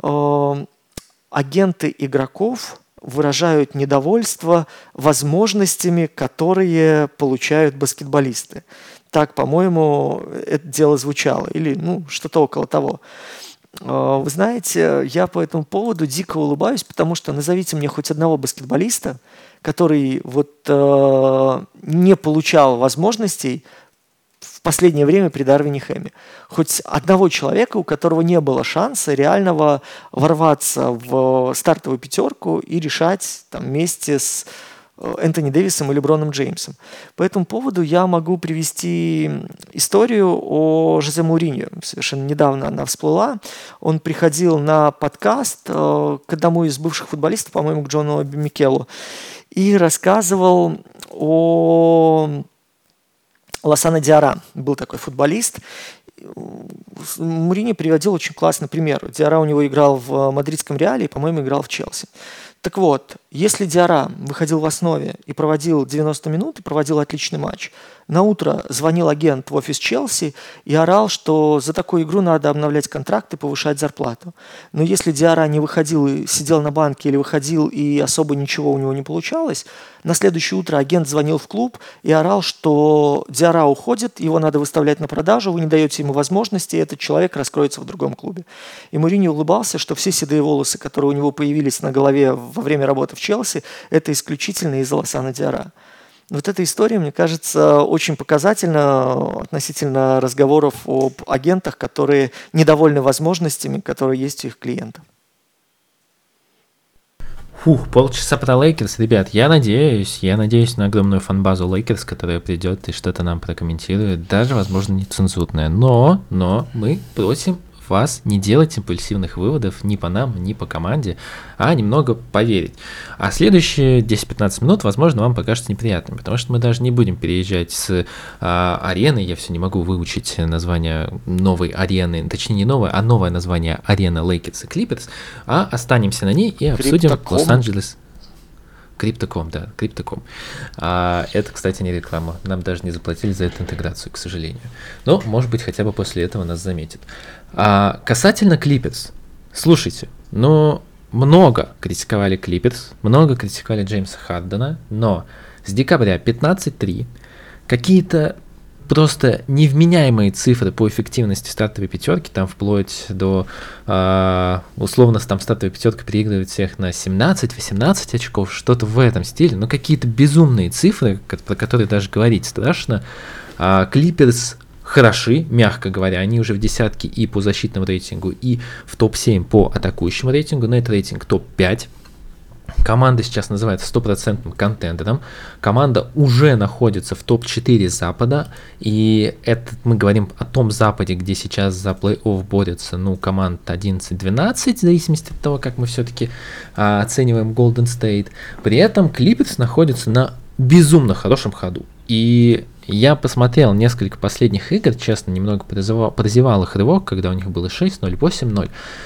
Агенты игроков выражают недовольство возможностями, которые получают баскетболисты. Так, по-моему, это дело звучало. Или, что-то около того. Вы знаете, я по этому поводу дико улыбаюсь, потому что назовите мне хоть одного баскетболиста, который не получал возможностей в последнее время при Дарвине Хэме. Хоть одного человека, у которого не было шанса реального ворваться в стартовую пятерку и решать там вместе с Энтони Дэвисом и Леброном Джеймсом. По этому поводу я могу привести историю о Жозе Моуриньо. Совершенно недавно она всплыла. Он приходил на подкаст к одному из бывших футболистов, по-моему, к Джону Микелу, и рассказывал о Лассана Диарра. Был такой футболист. Моуриньо приводил очень классный пример. Диарра у него играл в мадридском Реале и, по-моему, играл в Челси. Так вот, если Диарра выходил в основе и проводил 90 минут, и проводил отличный матч, на утро звонил агент в офис Челси и орал, что за такую игру надо обновлять контракт и повышать зарплату. Но если Диарра не выходил и сидел на банке, или выходил и особо ничего у него не получалось, на следующее утро агент звонил в клуб и орал, что Диарра уходит, его надо выставлять на продажу, вы не даете ему возможности, и этот человек раскроется в другом клубе. И Моуриньо улыбался, что все седые волосы, которые у него появились на голове во время работы в Челси, это исключительно из-за Лассана Диарра. Вот эта история, мне кажется, очень показательна относительно разговоров об агентах, которые недовольны возможностями, которые есть у их клиентов. Полчаса про Лейкерс. Ребят, я надеюсь на огромную фан-базу Лейкерс, которая придет и что-то нам прокомментирует, даже, возможно, нецензурное. Но мы просим вас не делать импульсивных выводов ни по нам, ни по команде, а немного поверить. А следующие 10-15 минут, возможно, вам покажутся неприятными, потому что мы даже не будем переезжать с арены, я все не могу выучить название новой арены, точнее не новое, а новое название арены Lakers и Clippers, а останемся на ней и обсудим Лос-Анджелес. Криптоком, да, Криптоком. Это, кстати, не реклама. Нам даже не заплатили за эту интеграцию, к сожалению. Но, может быть, хотя бы после этого нас заметят. Касательно Клиперс. Слушайте, много критиковали Клиперс, много критиковали Джеймса Хардена, но с декабря 15-3 какие-то просто невменяемые цифры по эффективности стартовой пятерки, там вплоть до, условно, там стартовая пятерка переигрывает всех на 17-18 очков, что-то в этом стиле, но какие-то безумные цифры, про которые даже говорить страшно. Клиперс хороши, мягко говоря, они уже в десятке и по защитному рейтингу, и в топ-7 по атакующему рейтингу, но это рейтинг топ-5. Команда сейчас называется 100% контендером. Команда уже находится в топ-4 Запада. И это мы говорим о том Западе, где сейчас за плей-офф борются команд 11-12, в зависимости от того, как мы все-таки оцениваем Golden State. При этом Клиперс находится на безумно хорошем ходу. И я посмотрел несколько последних игр, честно, немного прозевал их рывок, когда у них было 6-0, 8-0.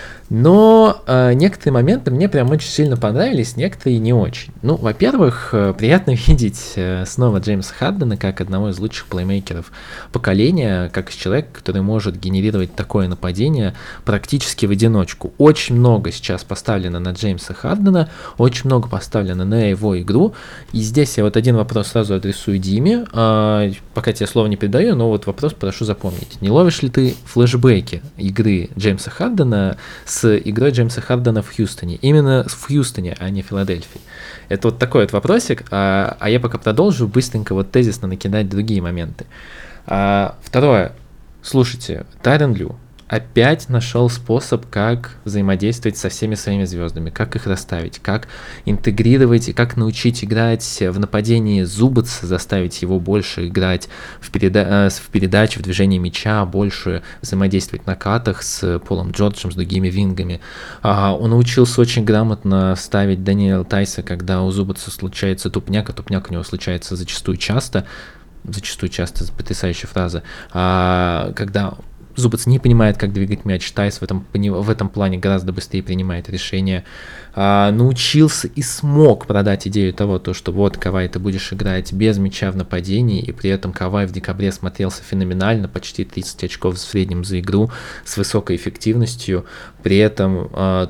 Но некоторые моменты мне прям очень сильно понравились, некоторые не очень. Во-первых, приятно видеть снова Джеймса Хардена как одного из лучших плеймейкеров поколения, как человек, который может генерировать такое нападение практически в одиночку. Очень много сейчас поставлено на Джеймса Хардена, очень много поставлено на его игру. И здесь я один вопрос сразу адресую Диме, пока тебе слово не передаю, но вопрос прошу запомнить. Не ловишь ли ты флешбеки игры Джеймса Хардена с игрой Джеймса Хардена в Хьюстоне? Именно в Хьюстоне, а не в Филадельфии. Это такой вопросик, а я пока продолжу быстренько тезисно накидать другие моменты. Второе. Слушайте, Тайрон Лю опять нашел способ, как взаимодействовать со всеми своими звездами, как их расставить, как интегрировать и как научить играть в нападении Зубаца, заставить его больше играть в передаче, в движении мяча, больше взаимодействовать на катах с Полом Джорджем, с другими вингами. Он научился очень грамотно ставить Дэниела Тайса, когда у Зубаца случается тупняк, а тупняк у него случается зачастую часто, потрясающая фраза, когда Зубац не понимает, как двигать мяч, Тайс в этом плане гораздо быстрее принимает решения. Научился и смог продать идею того, что вот, Кавай, ты будешь играть без мяча в нападении, и при этом Кавай в декабре смотрелся феноменально, почти 30 очков в среднем за игру, с высокой эффективностью. При этом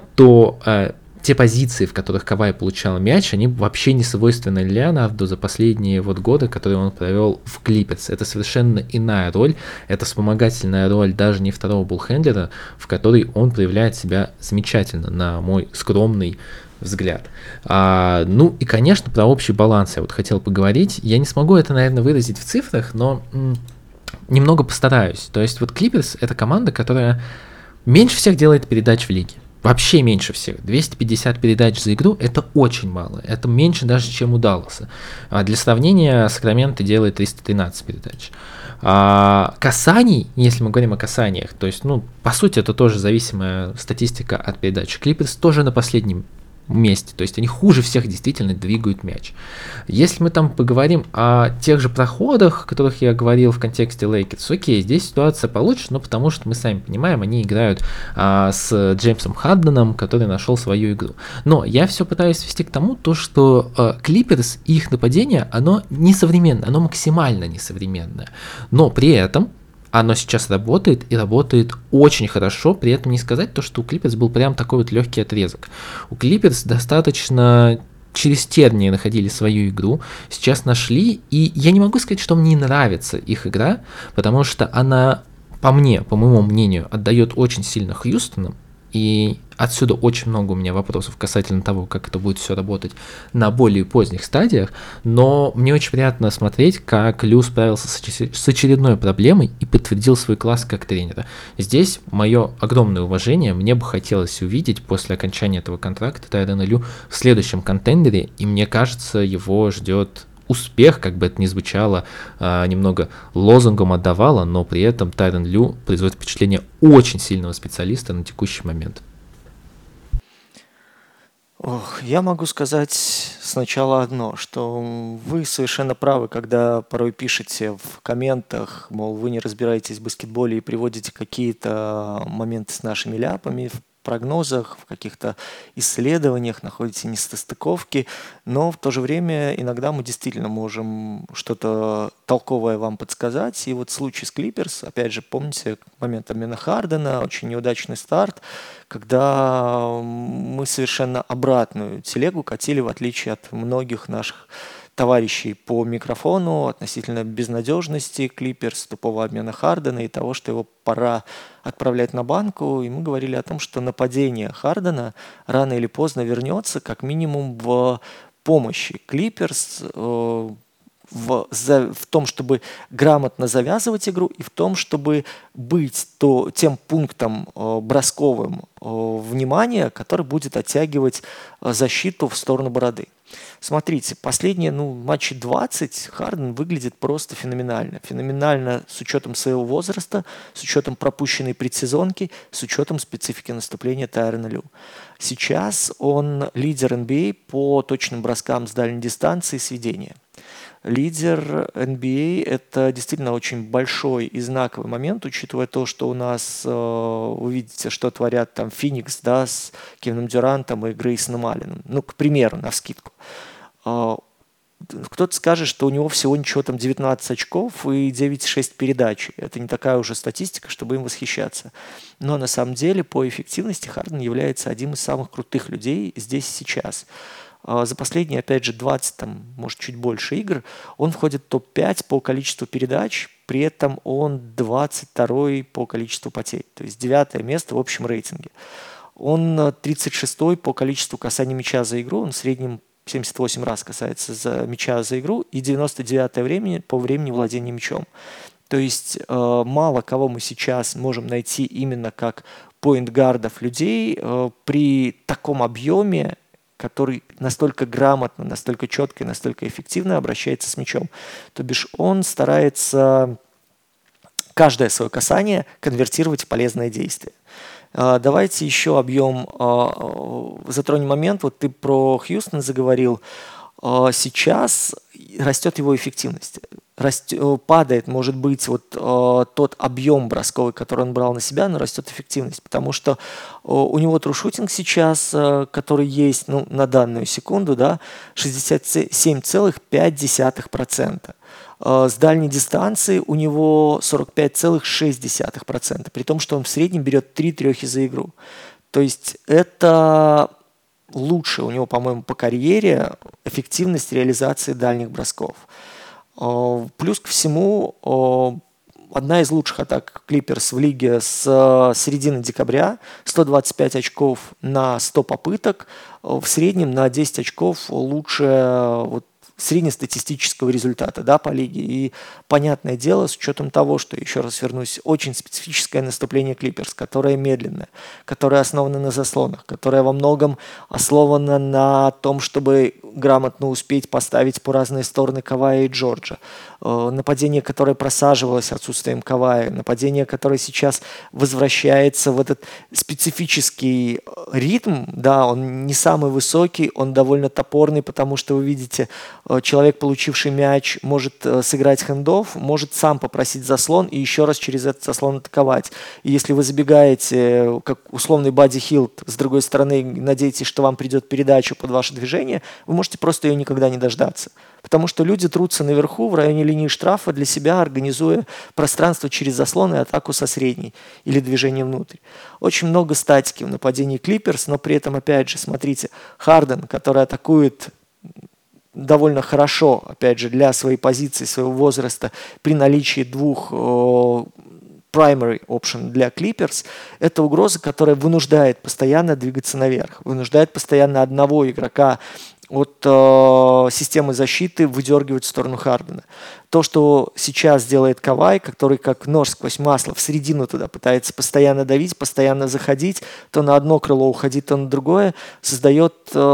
те позиции, в которых Кавай получал мяч, они вообще не свойственны Леонарду за последние годы, которые он провел в Клиперс. Это совершенно иная роль, это вспомогательная роль даже не второго буллхендлера, в которой он проявляет себя замечательно, на мой скромный взгляд. И, конечно, про общий баланс я хотел поговорить. Я не смогу это, наверное, выразить в цифрах, но немного постараюсь. То есть Клиперс — это команда, которая меньше всех делает передач в лиге. Вообще меньше всех. 250 передач за игру — это очень мало. Это меньше даже, чем у Далласа. Для сравнения, Сакраменто делает 313 передач. Касаний, если мы говорим о касаниях, то есть, по сути, это тоже зависимая статистика от передач. Клиперс тоже на последнем месте, то есть они хуже всех действительно двигают мяч. Если мы там поговорим о тех же проходах, о которых я говорил в контексте Лейкерс, окей, здесь ситуация получше, потому что мы сами понимаем, они играют с Джеймсом Харденом, который нашел свою игру. Но я все пытаюсь свести к тому, что Клиперс и их нападение, оно несовременное, оно максимально несовременное, но при этом оно сейчас работает и работает очень хорошо, при этом не сказать что у Клиперс был прям такой легкий отрезок. У Клиперс достаточно через тернии находили свою игру, сейчас нашли, и я не могу сказать, что мне нравится их игра, потому что она, по моему мнению, отдает очень сильно Хьюстону, и отсюда очень много у меня вопросов касательно того, как это будет все работать на более поздних стадиях, но мне очень приятно смотреть, как Лю справился с очередной проблемой и подтвердил свой класс как тренера. Здесь мое огромное уважение, мне бы хотелось увидеть после окончания этого контракта Тайрона Лю в следующем контендере, и мне кажется, его ждет успех, как бы это ни звучало, немного лозунгом отдавало, но при этом Тайрон Лю производит впечатление очень сильного специалиста на текущий момент. Я могу сказать сначала одно, что вы совершенно правы, когда порой пишете в комментах, мол, вы не разбираетесь в баскетболе и приводите какие-то моменты с нашими ляпами, в прогнозах, в каких-то исследованиях, находите несостыковки, но в то же время иногда мы действительно можем что-то толковое вам подсказать. И случай с Клиперс, опять же, помните момент обмена Хардена, очень неудачный старт, когда мы совершенно обратную телегу катили, в отличие от многих наших товарищей по микрофону относительно безнадежности Клиперс, тупого обмена Хардена и того, что его пора отправлять на банку. И мы говорили о том, что нападение Хардена рано или поздно вернется, как минимум в помощи Клиперс, в том, чтобы грамотно завязывать игру, и в том, чтобы быть тем пунктом бросковым внимания, который будет оттягивать защиту в сторону бороды. Смотрите, последние матчи 20 Харден выглядит просто феноменально. Феноменально с учетом своего возраста, с учетом пропущенной предсезонки, с учетом специфики наступления Тайрона Лю. Сейчас он лидер NBA по точным броскам с дальней дистанции сведения. Лидер NBA – это действительно очень большой и знаковый момент, учитывая то, что у нас, вы видите, что творят там Феникс, да, с Кевином Дюрантом и Грейсоном Алленом. К примеру, навскидку. Кто-то скажет, что у него всего ничего там 19 очков и 9,6 передач. Это не такая уже статистика, чтобы им восхищаться. Но на самом деле по эффективности Харден является одним из самых крутых людей здесь и сейчас. За последние, опять же, 20, может, чуть больше игр, он входит в топ-5 по количеству передач, при этом он 22-й по количеству потерь, то есть 9 место в общем рейтинге. Он 36-й по количеству касаний мяча за игру, он в среднем 78 раз касается мяча за игру, и 99-е по времени владения мячом. То есть мало кого мы сейчас можем найти именно как поинт-гардов людей при таком объеме, который настолько грамотно, настолько четко и настолько эффективно обращается с мячом. То бишь он старается каждое свое касание конвертировать в полезное действие. Давайте еще затронем момент. Вот ты про Хьюстон заговорил. Сейчас растет его эффективность. Падает, может быть, вот тот объем бросковый, который он брал на себя, но растет эффективность, потому что у него трушутинг сейчас, который есть на данную секунду, да, 67,5%. С дальней дистанции у него 45,6%, при том, что он в среднем берет 3 трехи за игру. То есть это лучше у него, по-моему, по карьере эффективность реализации дальних бросков. Плюс ко всему, одна из лучших атак Клиперс в лиге с середины декабря, 125 очков на 100 попыток, в среднем на 10 очков лучше среднестатистического результата, да, по лиге. И понятное дело, с учетом того, что, еще раз вернусь, очень специфическое наступление Клиперс, которое медленное, которое основано на заслонах, которое во многом основано на том, чтобы грамотно успеть поставить по разные стороны Кавая и Джорджа. Нападение, которое просаживалось отсутствием Кавая, нападение, которое сейчас возвращается в этот специфический ритм, да, он не самый высокий, он довольно топорный, потому что вы видите, человек, получивший мяч, может сыграть хэндофф, может сам попросить заслон и еще раз через этот заслон атаковать. И если вы забегаете, как условный Бадди Хилд, с другой стороны, надеетесь, что вам придет передача под ваше движение, вы можете просто ее никогда не дождаться. Потому что люди трутся наверху, в районе линии штрафа для себя, организуя пространство через заслон и атаку со средней или движение внутрь. Очень много статики в нападении Клиперс, но при этом, опять же, смотрите, Харден, который атакует довольно хорошо, опять же, для своей позиции, своего возраста, при наличии двух primary option для Clippers, это угроза, которая вынуждает постоянно двигаться наверх, вынуждает постоянно одного игрока от системы защиты выдергивать в сторону Хардена. То, что сейчас делает Кавай, который как нож сквозь масло в середину туда пытается постоянно давить, постоянно заходить, то на одно крыло уходить, то на другое, создает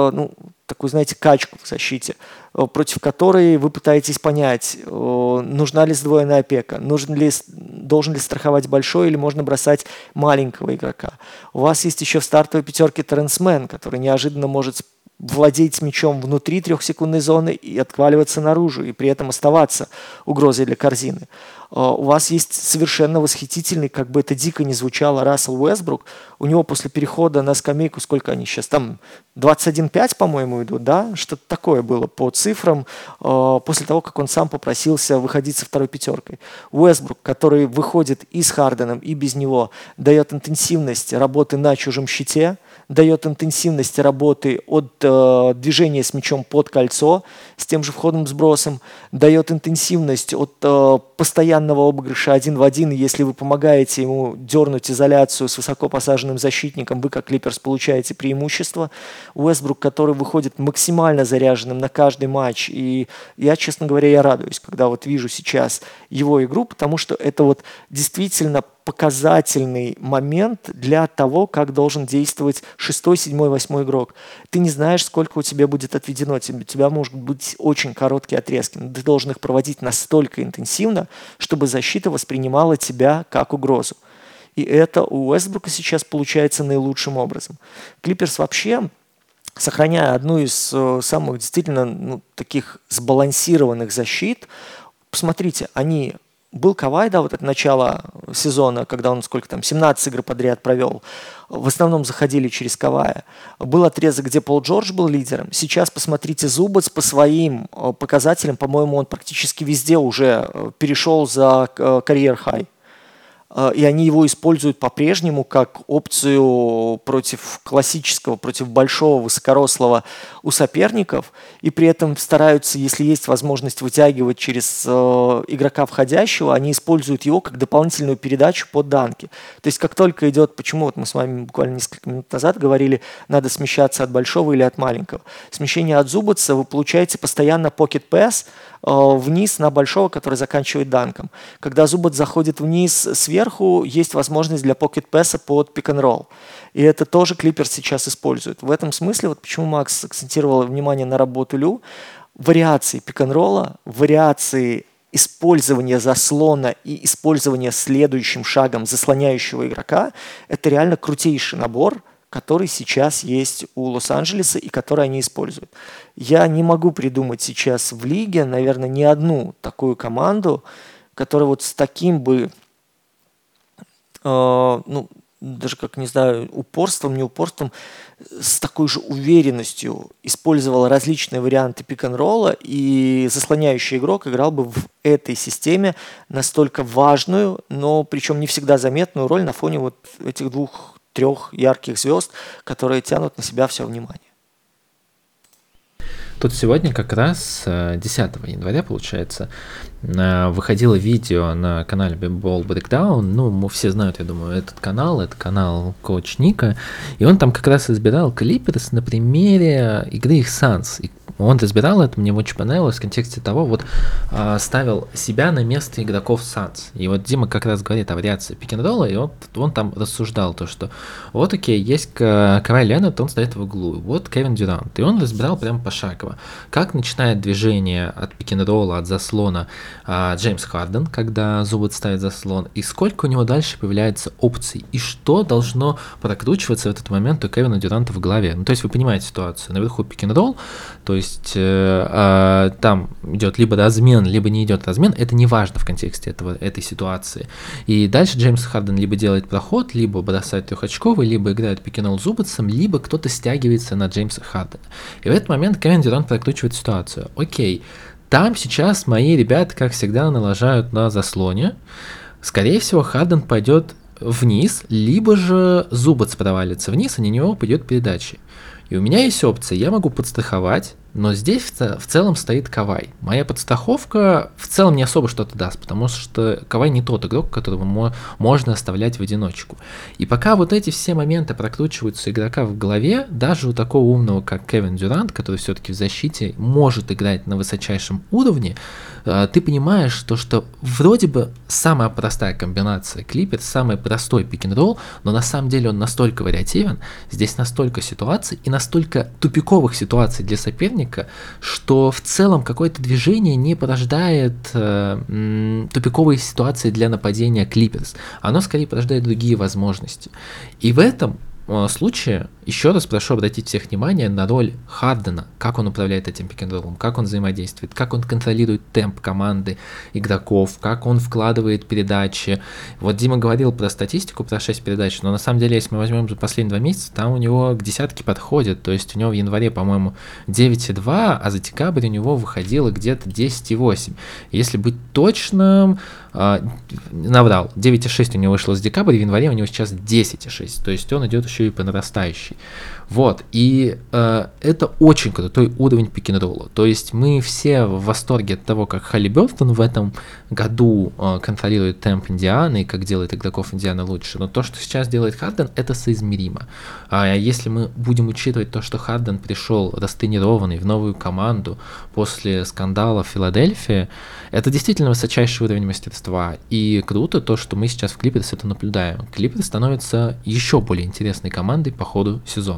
такую, знаете, качку в защите, против которой вы пытаетесь понять, нужна ли сдвоенная опека, должен ли страховать большой или можно бросать маленького игрока. У вас есть еще в стартовой пятерке Терренс Мэн, который неожиданно может владеть мячом внутри трехсекундной зоны и отваливаться наружу, и при этом оставаться угрозой для корзины. У вас есть совершенно восхитительный, как бы это дико ни звучало, Рассел Уэстбрук. У него после перехода на скамейку, сколько они сейчас там, 21-5, по-моему, идут, да? Что-то такое было по цифрам, после того, как он сам попросился выходить со второй пятеркой. Уэстбрук, который выходит и с Харденом, и без него, дает интенсивность работы на чужом щите, дает интенсивность работы от движения с мячом под кольцо с тем же входным сбросом, дает интенсивность от постоянного обыгрыша 1 в 1. Если вы помогаете ему дернуть изоляцию с высоко посаженным защитником, вы как Клиперс получаете преимущество. Уэстбрук, который выходит максимально заряженным на каждый матч. И я, честно говоря, я радуюсь, когда вот вижу сейчас его игру, потому что это вот действительно показательный момент для того, как должен действовать 6, 7, 8 игрок. Ты не знаешь, сколько у тебя будет отведено. У тебя могут быть очень короткие отрезки, но ты должен их проводить настолько интенсивно, чтобы защита воспринимала тебя как угрозу. И это у Уэстбрука сейчас получается наилучшим образом. Клиперс вообще, сохраняя одну из самых действительно таких сбалансированных защит, посмотрите, был Кавай, да, вот от начала сезона, когда он 17 игр подряд провел, в основном заходили через Кавая. Был отрезок, где Пол Джордж был лидером. Сейчас посмотрите Зубац по своим показателям, по-моему, он практически везде уже перешел за карьер-хай. и они его используют по-прежнему как опцию против классического, против большого, высокорослого у соперников, и при этом стараются, если есть возможность вытягивать через игрока входящего, они используют его как дополнительную передачу по данке. То есть как только идет, почему вот мы с вами буквально несколько минут назад говорили, надо смещаться от большого или от маленького. Смещение от Зубаца вы получаете постоянно pocket pass вниз на большого, который заканчивает данком. Когда Зубац заходит вниз сверху, есть возможность для pocket pass под pick and roll. И это тоже Clippers сейчас используют. В этом смысле, вот почему Макс акцентировал внимание на работу Лю, вариации pick and roll, вариации использования заслона и использования следующим шагом заслоняющего игрока, это реально крутейший набор, который сейчас есть у Лос-Анджелеса и который они используют. Я не могу придумать сейчас в лиге, наверное, ни одну такую команду, которая вот с таким бы, даже как, не знаю, упорством, не упорством, с такой же уверенностью использовала различные варианты пик-н-ролла, и заслоняющий игрок играл бы в этой системе настолько важную, но причем не всегда заметную роль на фоне вот этих двух-трех ярких звезд, которые тянут на себя все внимание. Тут сегодня как раз 10 января, получается, выходило видео на канале Ball Breakdown. Мы все знают, я думаю, этот канал. Это канал Коуч Ника. И он там как раз разбирал Clippers на примере игры их Suns. И он разбирал это, мне очень понравилось в контексте того, ставил себя на место игроков Suns. И вот Дима как раз говорит о вариации пик-н-ролла, и он там рассуждал то, что вот окей, есть Кавай Леонард, он стоит в углу, вот Кевин Дюрант, и он разбирал прям пошагово, как начинает движение от пик-н-ролла, от заслона Джеймс Харден, когда Зубац ставит заслон, и сколько у него дальше появляется опций, и что должно прокручиваться в этот момент у Кевина Дюранта в голове. То есть вы понимаете ситуацию, наверху пик-н-ролл, то есть там идет либо размен, либо не идет размен, это не важно в контексте этой ситуации. И дальше Джеймс Харден либо делает проход, либо бросает трехочковый, либо играет пик-н-ролл Зубацем, либо кто-то стягивается на Джеймса Хардена. И в этот момент Кевин Дюрант прокручивает ситуацию. Окей, там сейчас мои ребята, как всегда, налажают на заслоне. Скорее всего, Харден пойдет вниз, либо же Зубац провалится вниз, а на него пойдет передача. И у меня есть опция, я могу подстраховать, но здесь в целом стоит Кавай. Моя подстраховка в целом не особо что-то даст, потому что Кавай не тот игрок, которого можно оставлять в одиночку. И пока вот эти все моменты прокручиваются у игрока в голове, даже у такого умного, как Кевин Дюрант, который все-таки в защите может играть на высочайшем уровне, ты понимаешь, что вроде бы самая простая комбинация Clippers, самый простой пик-н-ролл, но на самом деле он настолько вариативен, здесь настолько ситуаций и настолько тупиковых ситуаций для соперника, что в целом какое-то движение не порождает тупиковые ситуации для нападения Clippers. Оно скорее порождает другие возможности. И в этом случае еще раз прошу обратить всех внимание на роль Хардена, как он управляет этим пик-н-роллом, как он взаимодействует, как он контролирует темп команды игроков, как он вкладывает передачи. Вот Дима говорил про статистику, про 6 передач, но на самом деле, если мы возьмем последние 2 месяца, там у него к десятке подходит, то есть у него в январе, по-моему, 9,2, а за декабрь у него выходило где-то 10,8. Если быть точным, наврал, 9,6 у него вышло с декабря, в январе у него сейчас 10,6, то есть он идет еще и по нарастающей. Вот, и это очень крутой уровень пик-н-ролла. То есть мы все в восторге от того, как Халибертон в этом году контролирует темп Индианы и как делает игроков Индианы лучше. Но то, что сейчас делает Харден, это соизмеримо. А если мы будем учитывать то, что Харден пришел растренированный в новую команду после скандала в Филадельфии, это действительно высочайший уровень мастерства. И круто то, что мы сейчас в Clippers это наблюдаем. Clippers становится еще более интересной командой по ходу сезона.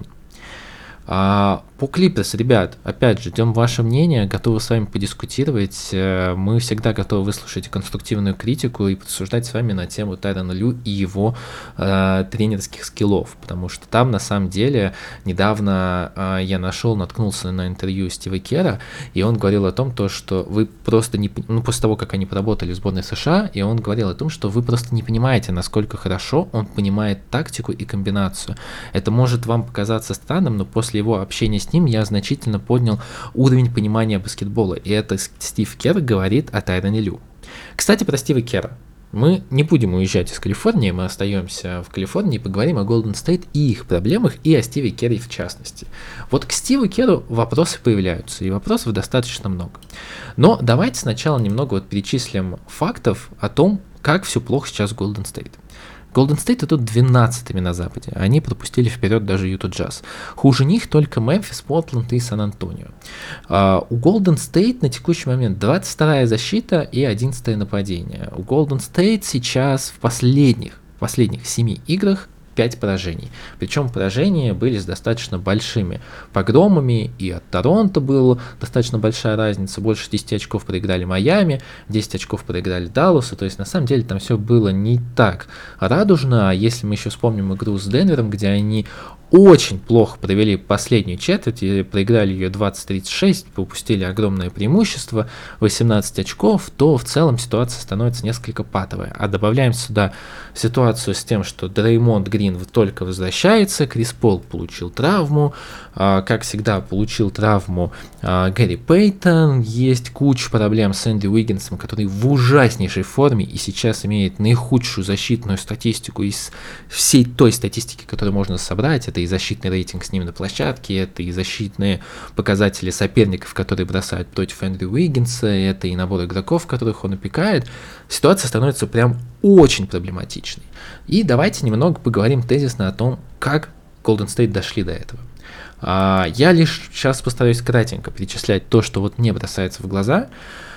По Clippers, ребят, опять же, ждем ваше мнение, готовы с вами подискутировать. Мы всегда готовы выслушать конструктивную критику и подсуждать с вами на тему Тайрона Лю и его тренерских скиллов, потому что там, на самом деле, недавно я наткнулся на интервью Стива Кера, и он говорил о том, что вы просто не... после того, как они поработали в сборной США, и он говорил о том, что вы просто не понимаете, насколько хорошо он понимает тактику и комбинацию. Это может вам показаться странным, но после его общения с ним я значительно поднял уровень понимания баскетбола. И это Стив Кер говорит о Тайроне Лю. Кстати, про Стива Кера. Мы не будем уезжать из Калифорнии, мы остаемся в Калифорнии и поговорим о Golden State и их проблемах, и о Стиве Керри в частности. Вот к Стиву Керру вопросы появляются, и вопросов достаточно много. Но давайте сначала немного перечислим фактов о том, как все плохо сейчас в Golden State. Golden State идут 12-ми на Западе, они пропустили вперед даже Юта Джаз. Хуже них только Мемфис, Портленд и Сан-Антонио. У Golden State на текущий момент 22-я защита и 11-е нападение. У Golden State сейчас в последних 7 играх 5 поражений. Причем поражения были с достаточно большими погромами, и от Торонто была достаточно большая разница. Больше 10 очков проиграли Майами, 10 очков проиграли Далласу. То есть на самом деле там все было не так радужно. А если мы еще вспомним игру с Денвером, где они очень плохо провели последнюю четверть, и проиграли ее 20-36, упустили огромное преимущество, 18 очков, то в целом ситуация становится несколько патовая. А добавляем сюда ситуацию с тем, что Дреймонд Грин только возвращается, Крис Пол получил травму, как всегда получил травму Гэри Пейтон, есть куча проблем с Энди Уиггинсом, который в ужаснейшей форме и сейчас имеет наихудшую защитную статистику из всей той статистики, которую можно собрать. Это и защитный рейтинг с ним на площадке, это и защитные показатели соперников, которые бросают против Эндрю Уиггинса, это и набор игроков, которых он опекает. Ситуация становится прям очень проблематичной. И давайте немного поговорим тезисно о том, как Golden State дошли до этого. Я лишь сейчас постараюсь кратенько перечислять то, что вот мне бросается в глаза.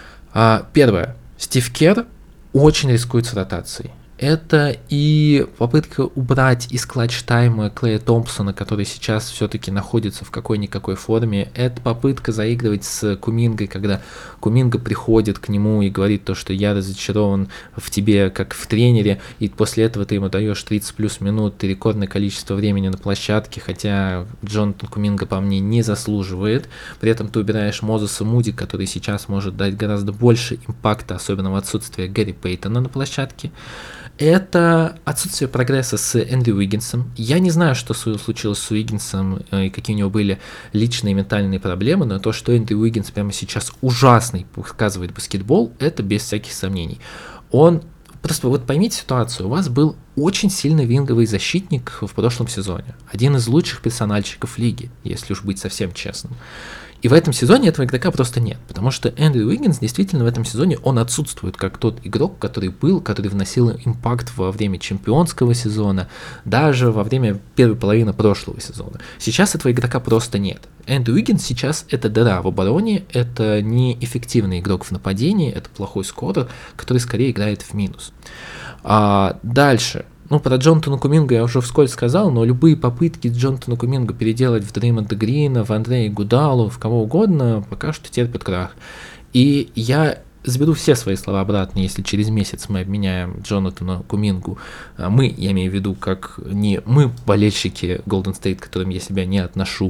Первое. Стив Керр очень рискует с ротацией. Это и попытка убрать из клатч-тайма Клея Томпсона, который сейчас все-таки находится в какой-никакой форме. Это попытка заигрывать с Кумингой, когда Куминга приходит к нему и говорит то, что я разочарован в тебе как в тренере, и после этого ты ему даешь 30 плюс минут и рекордное количество времени на площадке, хотя Джонатан Куминга по мне не заслуживает. При этом ты убираешь Мозеса Муди, который сейчас может дать гораздо больше импакта, особенно в отсутствии Гэри Пейтона на площадке. Это отсутствие прогресса с Эндрю Уиггинсом. Я не знаю, что случилось с Уиггинсом и какие у него были личные ментальные проблемы, но то, что Эндрю Уиггинс прямо сейчас ужасный показывает баскетбол, это без всяких сомнений. Он просто вот поймите ситуацию, у вас был очень сильный винговый защитник в прошлом сезоне, один из лучших персональщиков лиги, если уж быть совсем честным. И в этом сезоне этого игрока просто нет, потому что Эндрю Уиггинс действительно в этом сезоне он отсутствует как тот игрок, который вносил импакт во время чемпионского сезона, даже во время первой половины прошлого сезона. Сейчас этого игрока просто нет. Эндрю Уиггинс сейчас это дыра в обороне, это неэффективный игрок в нападении, это плохой скорер, который скорее играет в минус. Дальше. Про Джонатана Куминга я уже вскользь сказал, но любые попытки Джонатана Куминга переделать в Дреймонда Грина, в Андрея Гудалу, в кого угодно, пока что терпят крах. И я заберу все свои слова обратно, если через месяц мы обменяем Джонатана Кумингу. Я имею в виду, как не мы, болельщики Golden State, к которым я себя не отношу,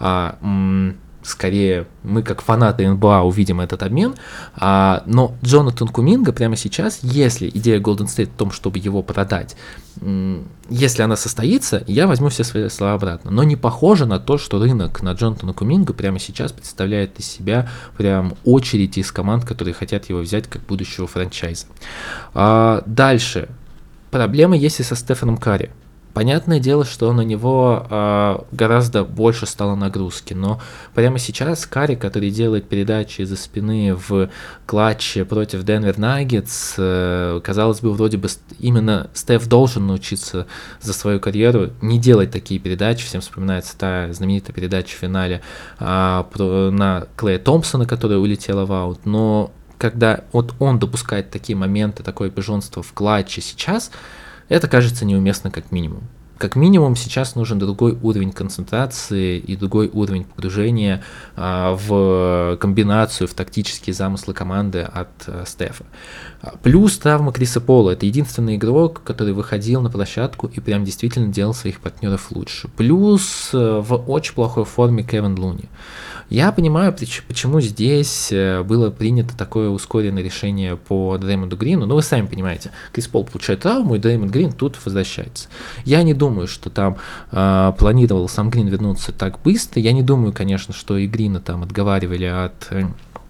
скорее мы как фанаты НБА увидим этот обмен, но Джонатан Куминга прямо сейчас, если идея Golden State в том, чтобы его продать, если она состоится, я возьму все свои слова обратно, но не похоже на то, что рынок на Джонатана Куминга прямо сейчас представляет из себя прям очередь из команд, которые хотят его взять как будущего франчайза. Дальше. Проблема есть и со Стефаном Карри. Понятное дело, что на него гораздо больше стало нагрузки, но прямо сейчас Карри, который делает передачи из-за спины в клатче против Денвер Наггетс, казалось бы, вроде бы именно Стеф должен научиться за свою карьеру не делать такие передачи. Всем вспоминается та знаменитая передача в финале на Клея Томпсона, которая улетела в аут, но когда вот он допускает такие моменты, такое пижонство в клатче сейчас, это кажется неуместно как минимум. Как минимум сейчас нужен другой уровень концентрации и другой уровень погружения в комбинацию, в тактические замыслы команды от Стефа. Плюс травма Криса Пола. Это единственный игрок, который выходил на площадку и прям действительно делал своих партнеров лучше. Плюс в очень плохой форме Кевин Луни. Я понимаю, почему здесь было принято такое ускоренное решение по Дреймонду Грину, но вы сами понимаете, Крис Пол получает травму, и Дреймонд Грин тут возвращается. Я не думаю, что там планировал сам Грин вернуться так быстро, я не думаю, конечно, что и Грина там отговаривали от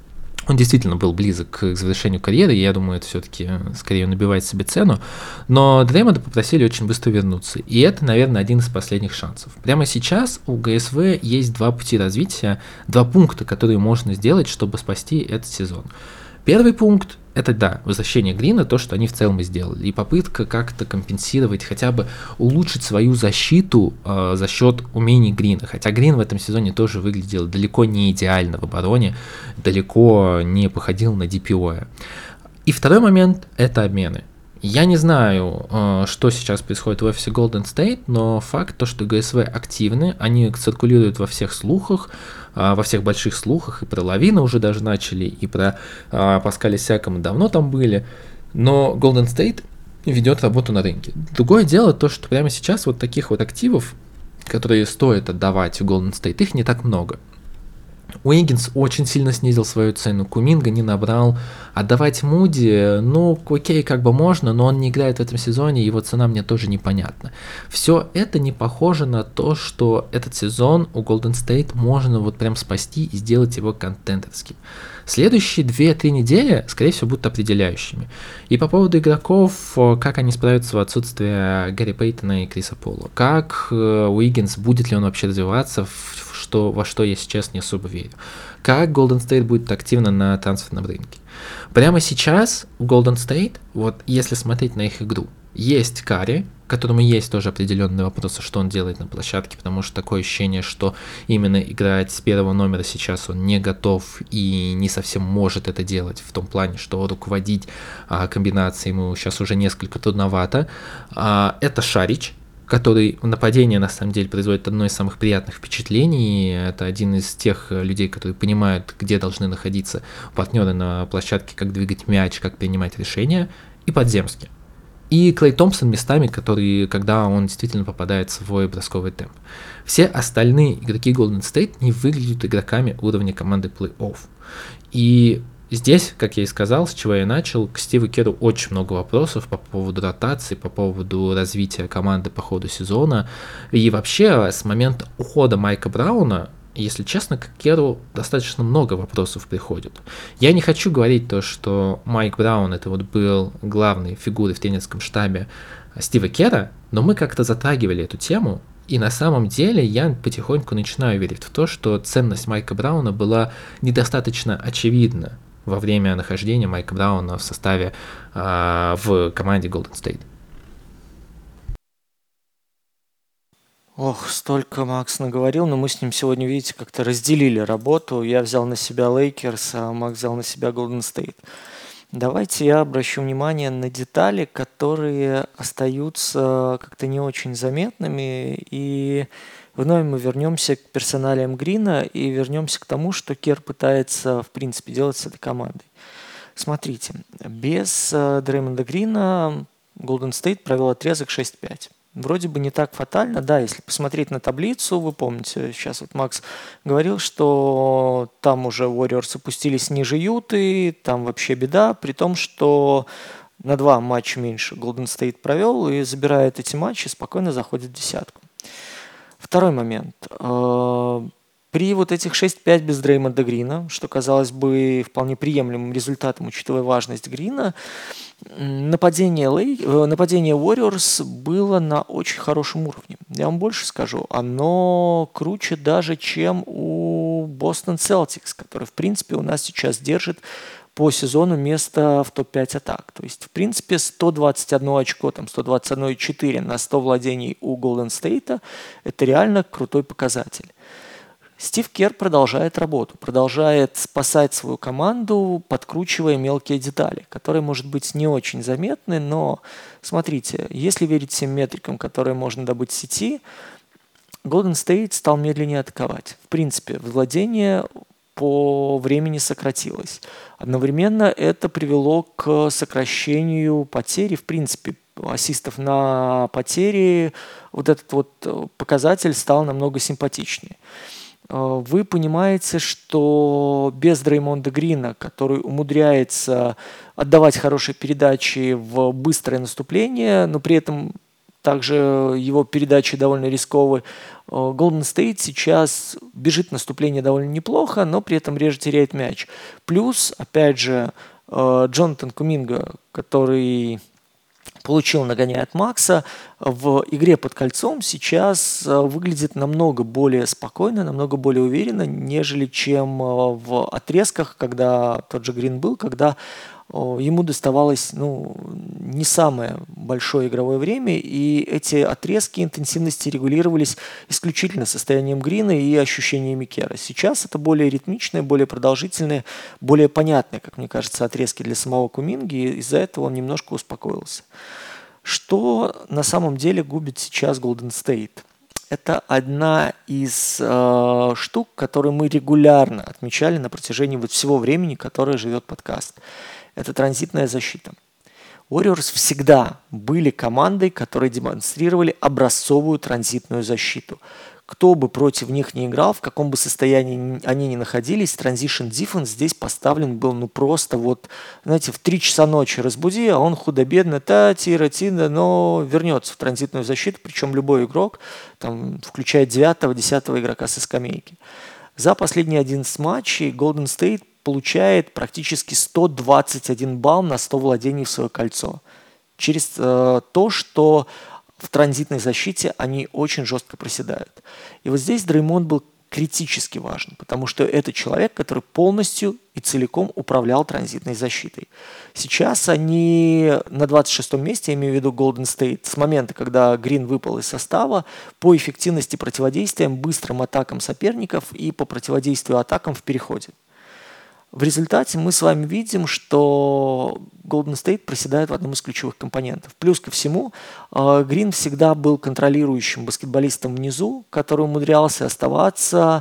Он действительно был близок к завершению карьеры, и я думаю, это все-таки скорее набивает себе цену. Но Дреймонда попросили очень быстро вернуться, и это, наверное, один из последних шансов. Прямо сейчас у ГСВ есть два пути развития, два пункта, которые можно сделать, чтобы спасти этот сезон. Первый пункт — это, да, возвращение Грина, то, что они в целом и сделали, и попытка как-то компенсировать, хотя бы улучшить свою защиту за счет умений Грина. Хотя Грин в этом сезоне тоже выглядел далеко не идеально в обороне, далеко не походил на DPOя. И второй момент — это обмены. Я не знаю, что сейчас происходит в офисе Golden State, но факт то, что ГСВ активны, они циркулируют во всех слухах, во всех больших слухах, и про Лавина уже даже начали, и про Паскаля Сиакама давно там были, но Golden State ведет работу на рынке. Другое дело то, что прямо сейчас вот таких вот активов, которые стоит отдавать в Golden State, их не так много. Уиггинс очень сильно снизил свою цену, Куминга не набрал. Отдавать Муди, ну, окей, как бы можно, но он не играет в этом сезоне, его цена мне тоже непонятна. Все это не похоже на то, что этот сезон у Golden State можно вот прям спасти и сделать его контендерским. Следующие 2-3 недели, скорее всего, будут определяющими. И по поводу игроков, как они справятся в отсутствии Гарри Пейтона и Криса Пола. Как Уиггинс, будет ли он вообще развиваться, во что я сейчас не особо верю. Как Golden State будет активно на трансферном рынке. Прямо сейчас у Golden State, вот если смотреть на их игру, есть Карри, которому есть тоже определенные вопросы, что он делает на площадке, потому что такое ощущение, что именно играть с первого номера сейчас он не готов и не совсем может это делать, в том плане, что руководить комбинацией ему сейчас уже несколько трудновато. Это Шарич, который в нападении на самом деле производит одно из самых приятных впечатлений. Это один из тех людей, которые понимают, где должны находиться партнеры на площадке, как двигать мяч, как принимать решения. И Подземский. И Клей Томпсон местами, когда он действительно попадает в свой бросковый темп. Все остальные игроки Golden State не выглядят игроками уровня команды плей-офф. И здесь, как я и сказал, с чего я начал, к Стиву Керу очень много вопросов по поводу ротации, по поводу развития команды по ходу сезона. И вообще, с момента ухода Майка Брауна, если честно, к Керу достаточно много вопросов приходит. Я не хочу говорить то, что Майк Браун это вот был главной фигурой в тренерском штабе Стива Кера, но мы как-то затрагивали эту тему, и на самом деле я потихоньку начинаю верить в то, что ценность Майка Брауна была недостаточно очевидна во время нахождения Майка Брауна в составе в команде Golden State. Ох, столько Макс наговорил, но мы с ним сегодня, видите, как-то разделили работу. Я взял на себя Лейкерс, а Макс взял на себя Golden State. Давайте я обращу внимание на детали, которые остаются как-то не очень заметными. И вновь мы вернемся к персоналиям Грина и вернемся к тому, что Кер пытается, в принципе, делать с этой командой. Смотрите, без Дреймонда Грина Golden State провел отрезок 6-5. Вроде бы не так фатально, да, если посмотреть на таблицу, вы помните, сейчас вот Макс говорил, что там уже Warriors опустились ниже Юты, там вообще беда, при том, что на 2 матча меньше Golden State провел и забирает эти матчи, спокойно заходит в десятку. Второй момент. При вот этих 6-5 без Дреймонда Грина, что казалось бы вполне приемлемым результатом, учитывая важность Грина, нападение Warriors было на очень хорошем уровне. Я вам больше скажу, оно круче даже, чем у Boston Celtics, который, в принципе, у нас сейчас держит по сезону место в топ-5 атак. То есть, в принципе, 121 очко, там 121,4 на 100 владений у Golden State – это реально крутой показатель. Стив Кер продолжает работу, продолжает спасать свою команду, подкручивая мелкие детали, которые, может быть, не очень заметны, но смотрите, если верить всем метрикам, которые можно добыть в сети, Golden State стал медленнее атаковать. В принципе, владение по времени сократилось. Одновременно это привело к сокращению потери, в принципе, ассистов на потери. Вот этот вот показатель стал намного симпатичнее. Вы понимаете, что без Дреймонда Грина, который умудряется отдавать хорошие передачи в быстрое наступление, но при этом также его передачи довольно рисковы. Golden State сейчас бежит наступление довольно неплохо, но при этом реже теряет мяч. Плюс, опять же, Джонатан Куминга, который получил нагоняя от Макса, в игре под кольцом сейчас выглядит намного более спокойно, намного более уверенно, нежели чем в отрезках, когда тот же Грин был, когда ему доставалось не самое большое игровое время, и эти отрезки интенсивности регулировались исключительно состоянием Грина и ощущениями Кера. Сейчас это более ритмичные, более продолжительные, более понятные, как мне кажется, отрезки для самого Куминги, и из-за этого он немножко успокоился. Что на самом деле губит сейчас Golden State? Это одна из штук, которые мы регулярно отмечали на протяжении всего времени, которое живет подкаст. Это транзитная защита. Warriors всегда были командой, которые демонстрировали образцовую транзитную защиту. Кто бы против них не играл, в каком бы состоянии они ни находились, transition defense здесь поставлен был просто знаете, в 3 часа ночи разбуди, а он худо-бедно но вернется в транзитную защиту, причем любой игрок, включая 9-10 игрока со скамейки. За последние 11 матчей Golden State получает практически 121 балл на 100 владений в свое кольцо. Через то, что в транзитной защите они очень жестко проседают. И вот здесь Дреймонд был критически важен, потому что это человек, который полностью и целиком управлял транзитной защитой. Сейчас они на 26-м месте, я имею в виду Golden State, с момента, когда Грин выпал из состава, по эффективности противодействия быстрым атакам соперников и по противодействию атакам в переходе. В результате мы с вами видим, что Golden State проседает в одном из ключевых компонентов. Плюс ко всему, Грин всегда был контролирующим баскетболистом внизу, который умудрялся оставаться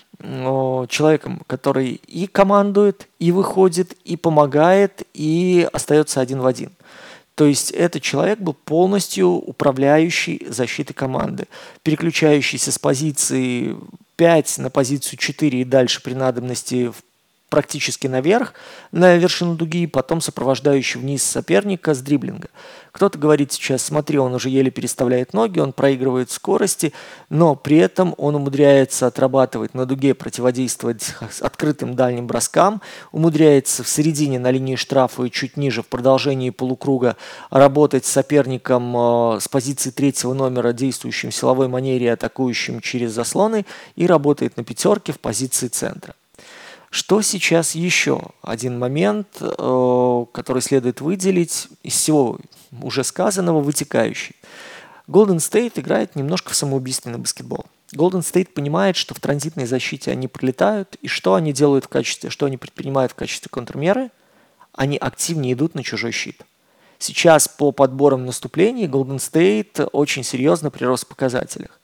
человеком, который и командует, и выходит, и помогает, и остается один в один. То есть этот человек был полностью управляющий защитой команды, переключающийся с позиции 5 на позицию 4 и дальше при надобности практически наверх, на вершину дуги, и потом сопровождающий вниз соперника с дриблинга. Кто-то говорит сейчас, смотри, он уже еле переставляет ноги, он проигрывает скорости, но при этом он умудряется отрабатывать на дуге, противодействовать открытым дальним броскам, умудряется в середине на линии штрафа и чуть ниже в продолжении полукруга работать с соперником с позиции 3-го номера, действующим в силовой манере, атакующим через заслоны, и работает на пятерке в позиции центра. Что сейчас еще один момент, который следует выделить из всего уже сказанного, вытекающий. Golden State играет немножко в самоубийственный баскетбол. Golden State понимает, что в транзитной защите они пролетают, и что они делают что они предпринимают в качестве контрмеры? Они активнее идут на чужой щит. Сейчас по подборам наступлений Golden State очень серьезно прирос в показателях.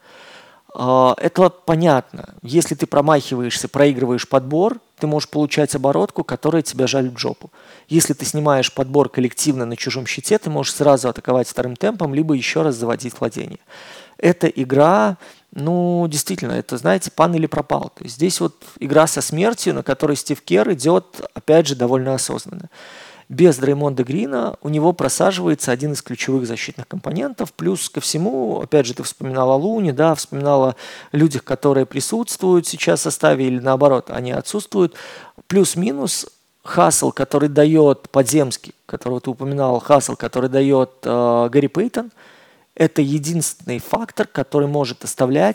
Это понятно. Если ты промахиваешься, проигрываешь подбор, ты можешь получать оборотку, которая тебя жалит в жопу. Если ты снимаешь подбор коллективно на чужом щите, ты можешь сразу атаковать вторым темпом, либо еще раз заводить владение. Эта игра, действительно, это, знаете, пан или пропал. То есть здесь игра со смертью, на которой Стив Кер идет, опять же, довольно осознанно. Без Дреймонда Грина у него просаживается один из ключевых защитных компонентов. Плюс ко всему, опять же, ты вспоминал о Луне, вспоминал о людях, которые присутствуют сейчас в составе, или наоборот, они отсутствуют. Плюс-минус хасл, который дает Подземский, которого ты упоминал, хасл, который дает Гэри Пейтон, это единственный фактор, который может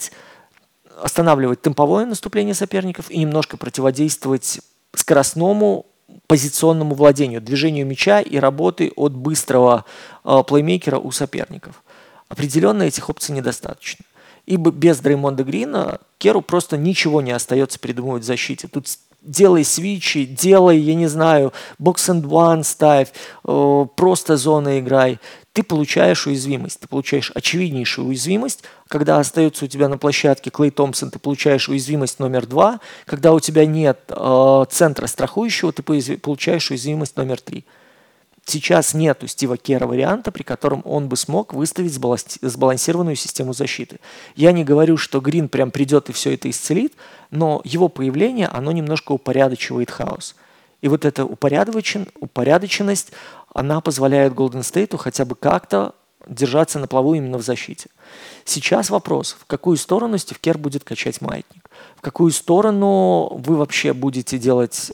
останавливать темповое наступление соперников и немножко противодействовать скоростному позиционному владению, движению мяча и работы от быстрого плеймейкера у соперников. Определенно этих опций недостаточно. Ибо без Дреймонда Грина Керу просто ничего не остается придумывать в защите. Тут делай свитчи, делай, я не знаю, box and one ставь, просто зоны играй. Ты получаешь уязвимость, ты получаешь очевиднейшую уязвимость. Когда остается у тебя на площадке Клей Томпсон, ты получаешь уязвимость номер 2. Когда у тебя нет центра страхующего, ты получаешь уязвимость номер 3. Сейчас нет у Стива Кера варианта, при котором он бы смог выставить сбалансированную систему защиты. Я не говорю, что Грин прям придет и все это исцелит, но его появление, оно немножко упорядочивает хаос. И эта упорядоченность, она позволяет Golden State хотя бы как-то держаться на плаву именно в защите. Сейчас вопрос, в какую сторону Стив Керр будет качать маятник, в какую сторону вы вообще будете делать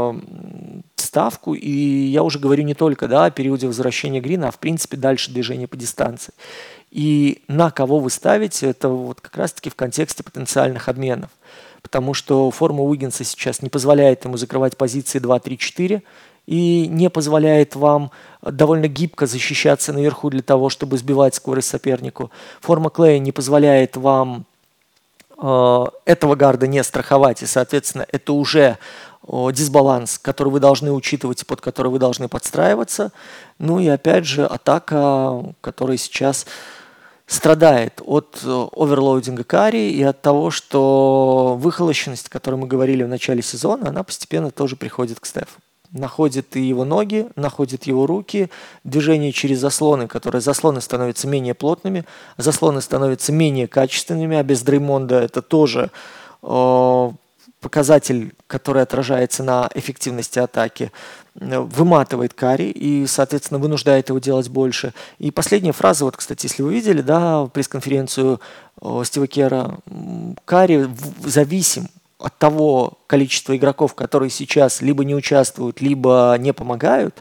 ставку, и я уже говорю не только о периоде возвращения Грина, а в принципе дальше движения по дистанции. И на кого вы ставите, это вот как раз-таки в контексте потенциальных обменов. Потому что форма Уиггинса сейчас не позволяет ему закрывать позиции 2, 3, 4 и не позволяет вам довольно гибко защищаться наверху для того, чтобы сбивать скорость сопернику. Форма Клея не позволяет вам этого гарда не страховать, и, соответственно, это уже дисбаланс, который вы должны учитывать и под который вы должны подстраиваться. Ну и опять же атака, которая сейчас страдает от оверлоудинга карри и от того, что выхолощенность, о которой мы говорили в начале сезона, она постепенно тоже приходит к Стефу. Находит и его ноги, находит его руки, движение через заслоны, которые заслоны становятся менее плотными, заслоны становятся менее качественными, а без Дреймонда это тоже показатель, который отражается на эффективности атаки, выматывает карри и, соответственно, вынуждает его делать больше. И последняя фраза, вот, кстати, если вы видели, пресс-конференцию Стива Керра, карри зависим от того количества игроков, которые сейчас либо не участвуют, либо не помогают.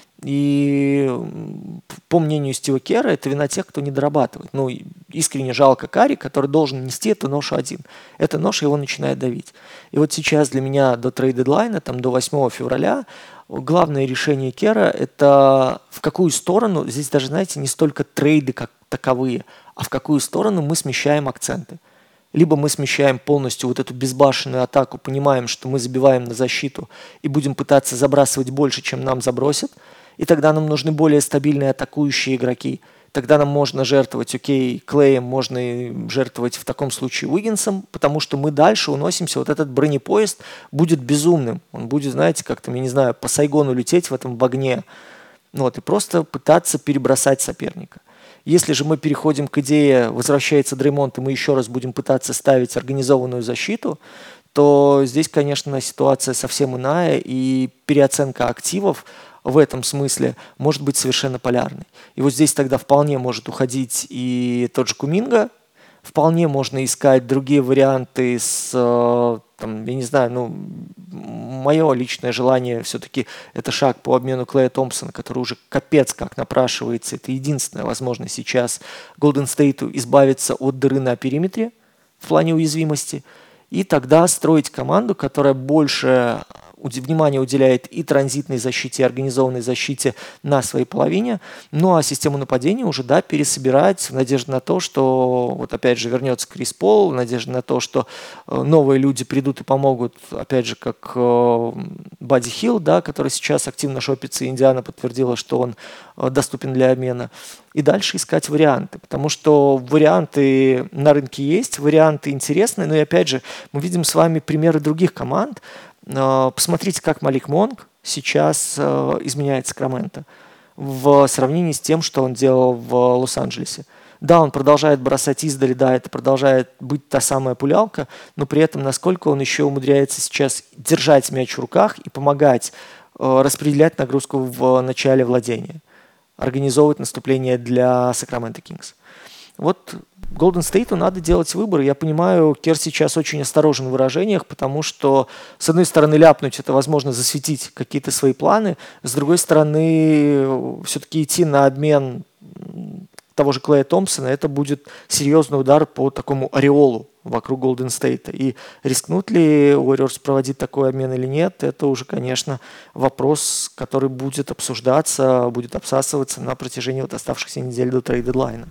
И по мнению Стива Керра, это вина тех, кто не дорабатывает. Искренне жалко карри, который должен нести эту ношу один. Эта ноша его начинает давить. И вот сейчас для меня до трейд-дедлайна, до 8 февраля, главное решение Керра – это в какую сторону, здесь даже, знаете, не столько трейды как таковые, а в какую сторону мы смещаем акценты. Либо мы смещаем полностью вот эту безбашенную атаку, понимаем, что мы забиваем на защиту и будем пытаться забрасывать больше, чем нам забросят, и тогда нам нужны более стабильные атакующие игроки. Тогда нам можно жертвовать, Клеем, можно и жертвовать в таком случае Уиггинсом, потому что мы дальше уносимся, вот этот бронепоезд будет безумным. Он будет, знаете, как-то, я не знаю, по Сайгону лететь в этом огне, и просто пытаться перебросать соперника. Если же мы переходим к идее, возвращается Дреймонд, и мы еще раз будем пытаться ставить организованную защиту, то здесь, конечно, ситуация совсем иная, и переоценка активов в этом смысле может быть совершенно полярной. И вот здесь тогда вполне может уходить и тот же Куминга, вполне можно искать другие варианты я не знаю, мое личное желание все-таки это шаг по обмену Клея Томпсона, который уже капец как напрашивается. Это единственная возможность сейчас Голден Стейту избавиться от дыры на периметре в плане уязвимости и тогда строить команду, которая больше внимание уделяет и транзитной защите, и организованной защите на своей половине, а систему нападения уже, пересобирать в надежде на то, что, вот опять же, вернется Крис Пол, в надежде на то, что новые люди придут и помогут, опять же, как Бадди Хилл, который сейчас активно шопится, и Индиана подтвердила, что он доступен для обмена. И дальше искать варианты, потому что варианты на рынке есть, варианты интересные, но и опять же, мы видим с вами примеры других команд. Посмотрите, как Малик Монк сейчас изменяет Сакраменто в сравнении с тем, что он делал в Лос-Анджелесе. Да, он продолжает бросать издали, это продолжает быть та самая пулялка, но при этом насколько он еще умудряется сейчас держать мяч в руках и помогать распределять нагрузку в начале владения, организовывать наступление для Сакраменто Кингс. Вот Голден Стейту надо делать выбор. Я понимаю, Керр сейчас очень осторожен в выражениях, потому что, с одной стороны, ляпнуть – это, возможно, засветить какие-то свои планы. С другой стороны, все-таки идти на обмен того же Клея Томпсона – это будет серьезный удар по такому ореолу вокруг Голден Стейта. И рискнут ли Warriors проводить такой обмен или нет, это уже, конечно, вопрос, который будет обсуждаться, будет обсасываться на протяжении оставшихся недель до трейд-дедлайна.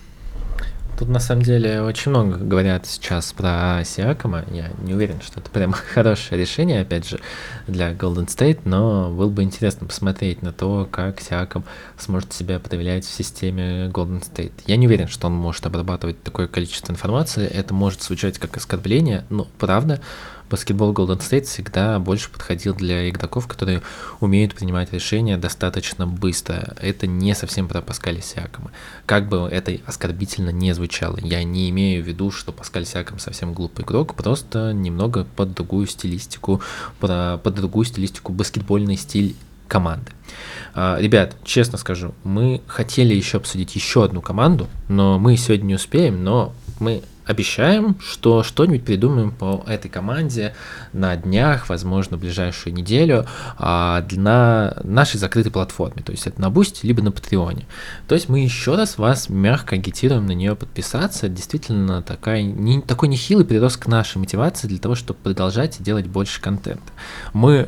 Тут на самом деле очень много говорят сейчас про Сиакама. Я не уверен, что это прям хорошее решение, опять же, для Golden State, но было бы интересно посмотреть на то, как Сиакам сможет себя проявлять в системе Golden State. Я не уверен, что он может обрабатывать такое количество информации. Это может звучать как оскорбление, но правда, баскетбол Golden State всегда больше подходил для игроков, которые умеют принимать решения достаточно быстро. Это не совсем про Паскаля Сиакама. Как бы это оскорбительно не звучало. Я не имею в виду, что Паскаль Сиакам совсем глупый игрок, просто немного под другую стилистику, баскетбольный стиль команды. Ребят, честно скажу, мы хотели еще обсудить еще одну команду, но мы сегодня не успеем, но мы обещаем, что что-нибудь придумаем по этой команде на днях, возможно, в ближайшую неделю, на нашей закрытой платформе, то есть это на Boosty, либо на Патреоне. То есть мы еще раз вас мягко агитируем на нее подписаться. Действительно, такой нехилый прирост к нашей мотивации для того, чтобы продолжать делать больше контента. Мы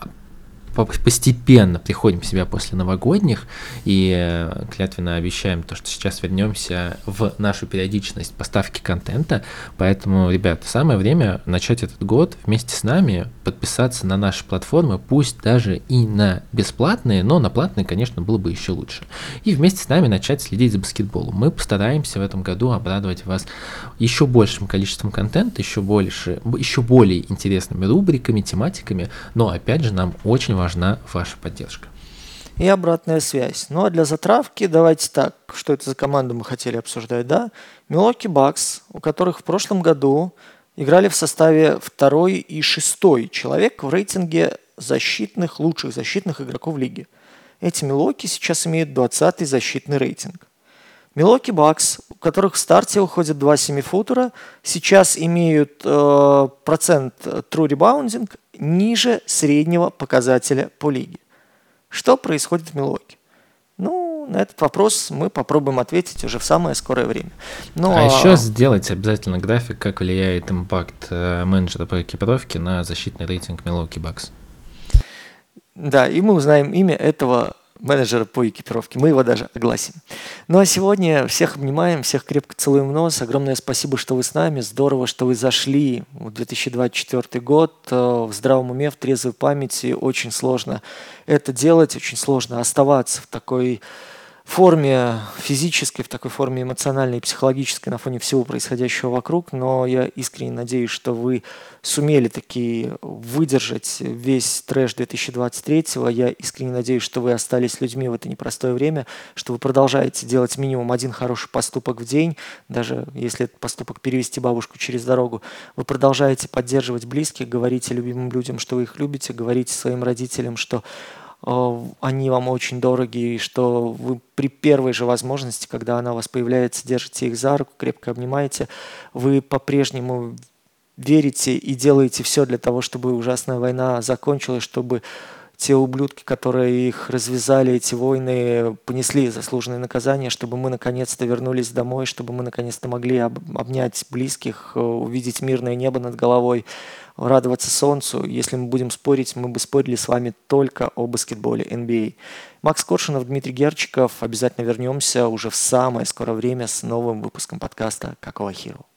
постепенно приходим в себя после новогодних и клятвенно обещаем то, что сейчас вернемся в нашу периодичность поставки контента. Поэтому, ребят, самое время начать этот год вместе с нами, подписаться на наши платформы, пусть даже и на бесплатные, но на платные, конечно, было бы еще лучше. И вместе с нами начать следить за баскетболом. Мы постараемся в этом году обрадовать вас еще большим количеством контента, еще более интересными рубриками, тематиками, но опять же нам очень важна ваша поддержка. И обратная связь. Ну а для затравки давайте так, что это за команду мы хотели обсуждать, да? Milwaukee Bucks, у которых в прошлом году играли в составе 2 и 6 человек в рейтинге лучших защитных игроков лиги. Эти Milwaukee сейчас имеют 20-й защитный рейтинг. Milwaukee Bucks, у которых в старте уходят 2 семифутера, сейчас имеют процент true rebounding ниже среднего показателя по лиге. Что происходит в Милуоки? Ну, на этот вопрос мы попробуем ответить уже в самое скорое время. Еще сделать обязательно график, как влияет импакт менеджера по экипировке на защитный рейтинг Milwaukee Bucks. Да, и мы узнаем имя этого менеджера по экипировке. Мы его даже огласим. Ну а сегодня всех обнимаем, всех крепко целуем в нос. Огромное спасибо, что вы с нами. Здорово, что вы зашли в 2024 год в здравом уме, в трезвой памяти. Очень сложно это делать, очень сложно оставаться в такой форме физической, в такой форме эмоциональной и психологической на фоне всего происходящего вокруг, но я искренне надеюсь, что вы сумели таки выдержать весь трэш 2023-го. Я искренне надеюсь, что вы остались людьми в это непростое время, что вы продолжаете делать минимум один хороший поступок в день, даже если этот поступок перевести бабушку через дорогу. Вы продолжаете поддерживать близких, говорите любимым людям, что вы их любите, говорите своим родителям, что они вам очень дороги, и что вы при первой же возможности, когда она у вас появляется, держите их за руку, крепко обнимаете. Вы по-прежнему верите и делаете все для того, чтобы ужасная война закончилась, чтобы те ублюдки, которые их развязали, эти войны, понесли заслуженные наказания, чтобы мы наконец-то вернулись домой, чтобы мы наконец-то могли обнять близких, увидеть мирное небо над головой, радоваться солнцу. Если мы будем спорить, мы бы спорили с вами только о баскетболе NBA. Макс Коршунов, Дмитрий Герчиков. Обязательно вернемся уже в самое скорое время с новым выпуском подкаста «Какого Hero».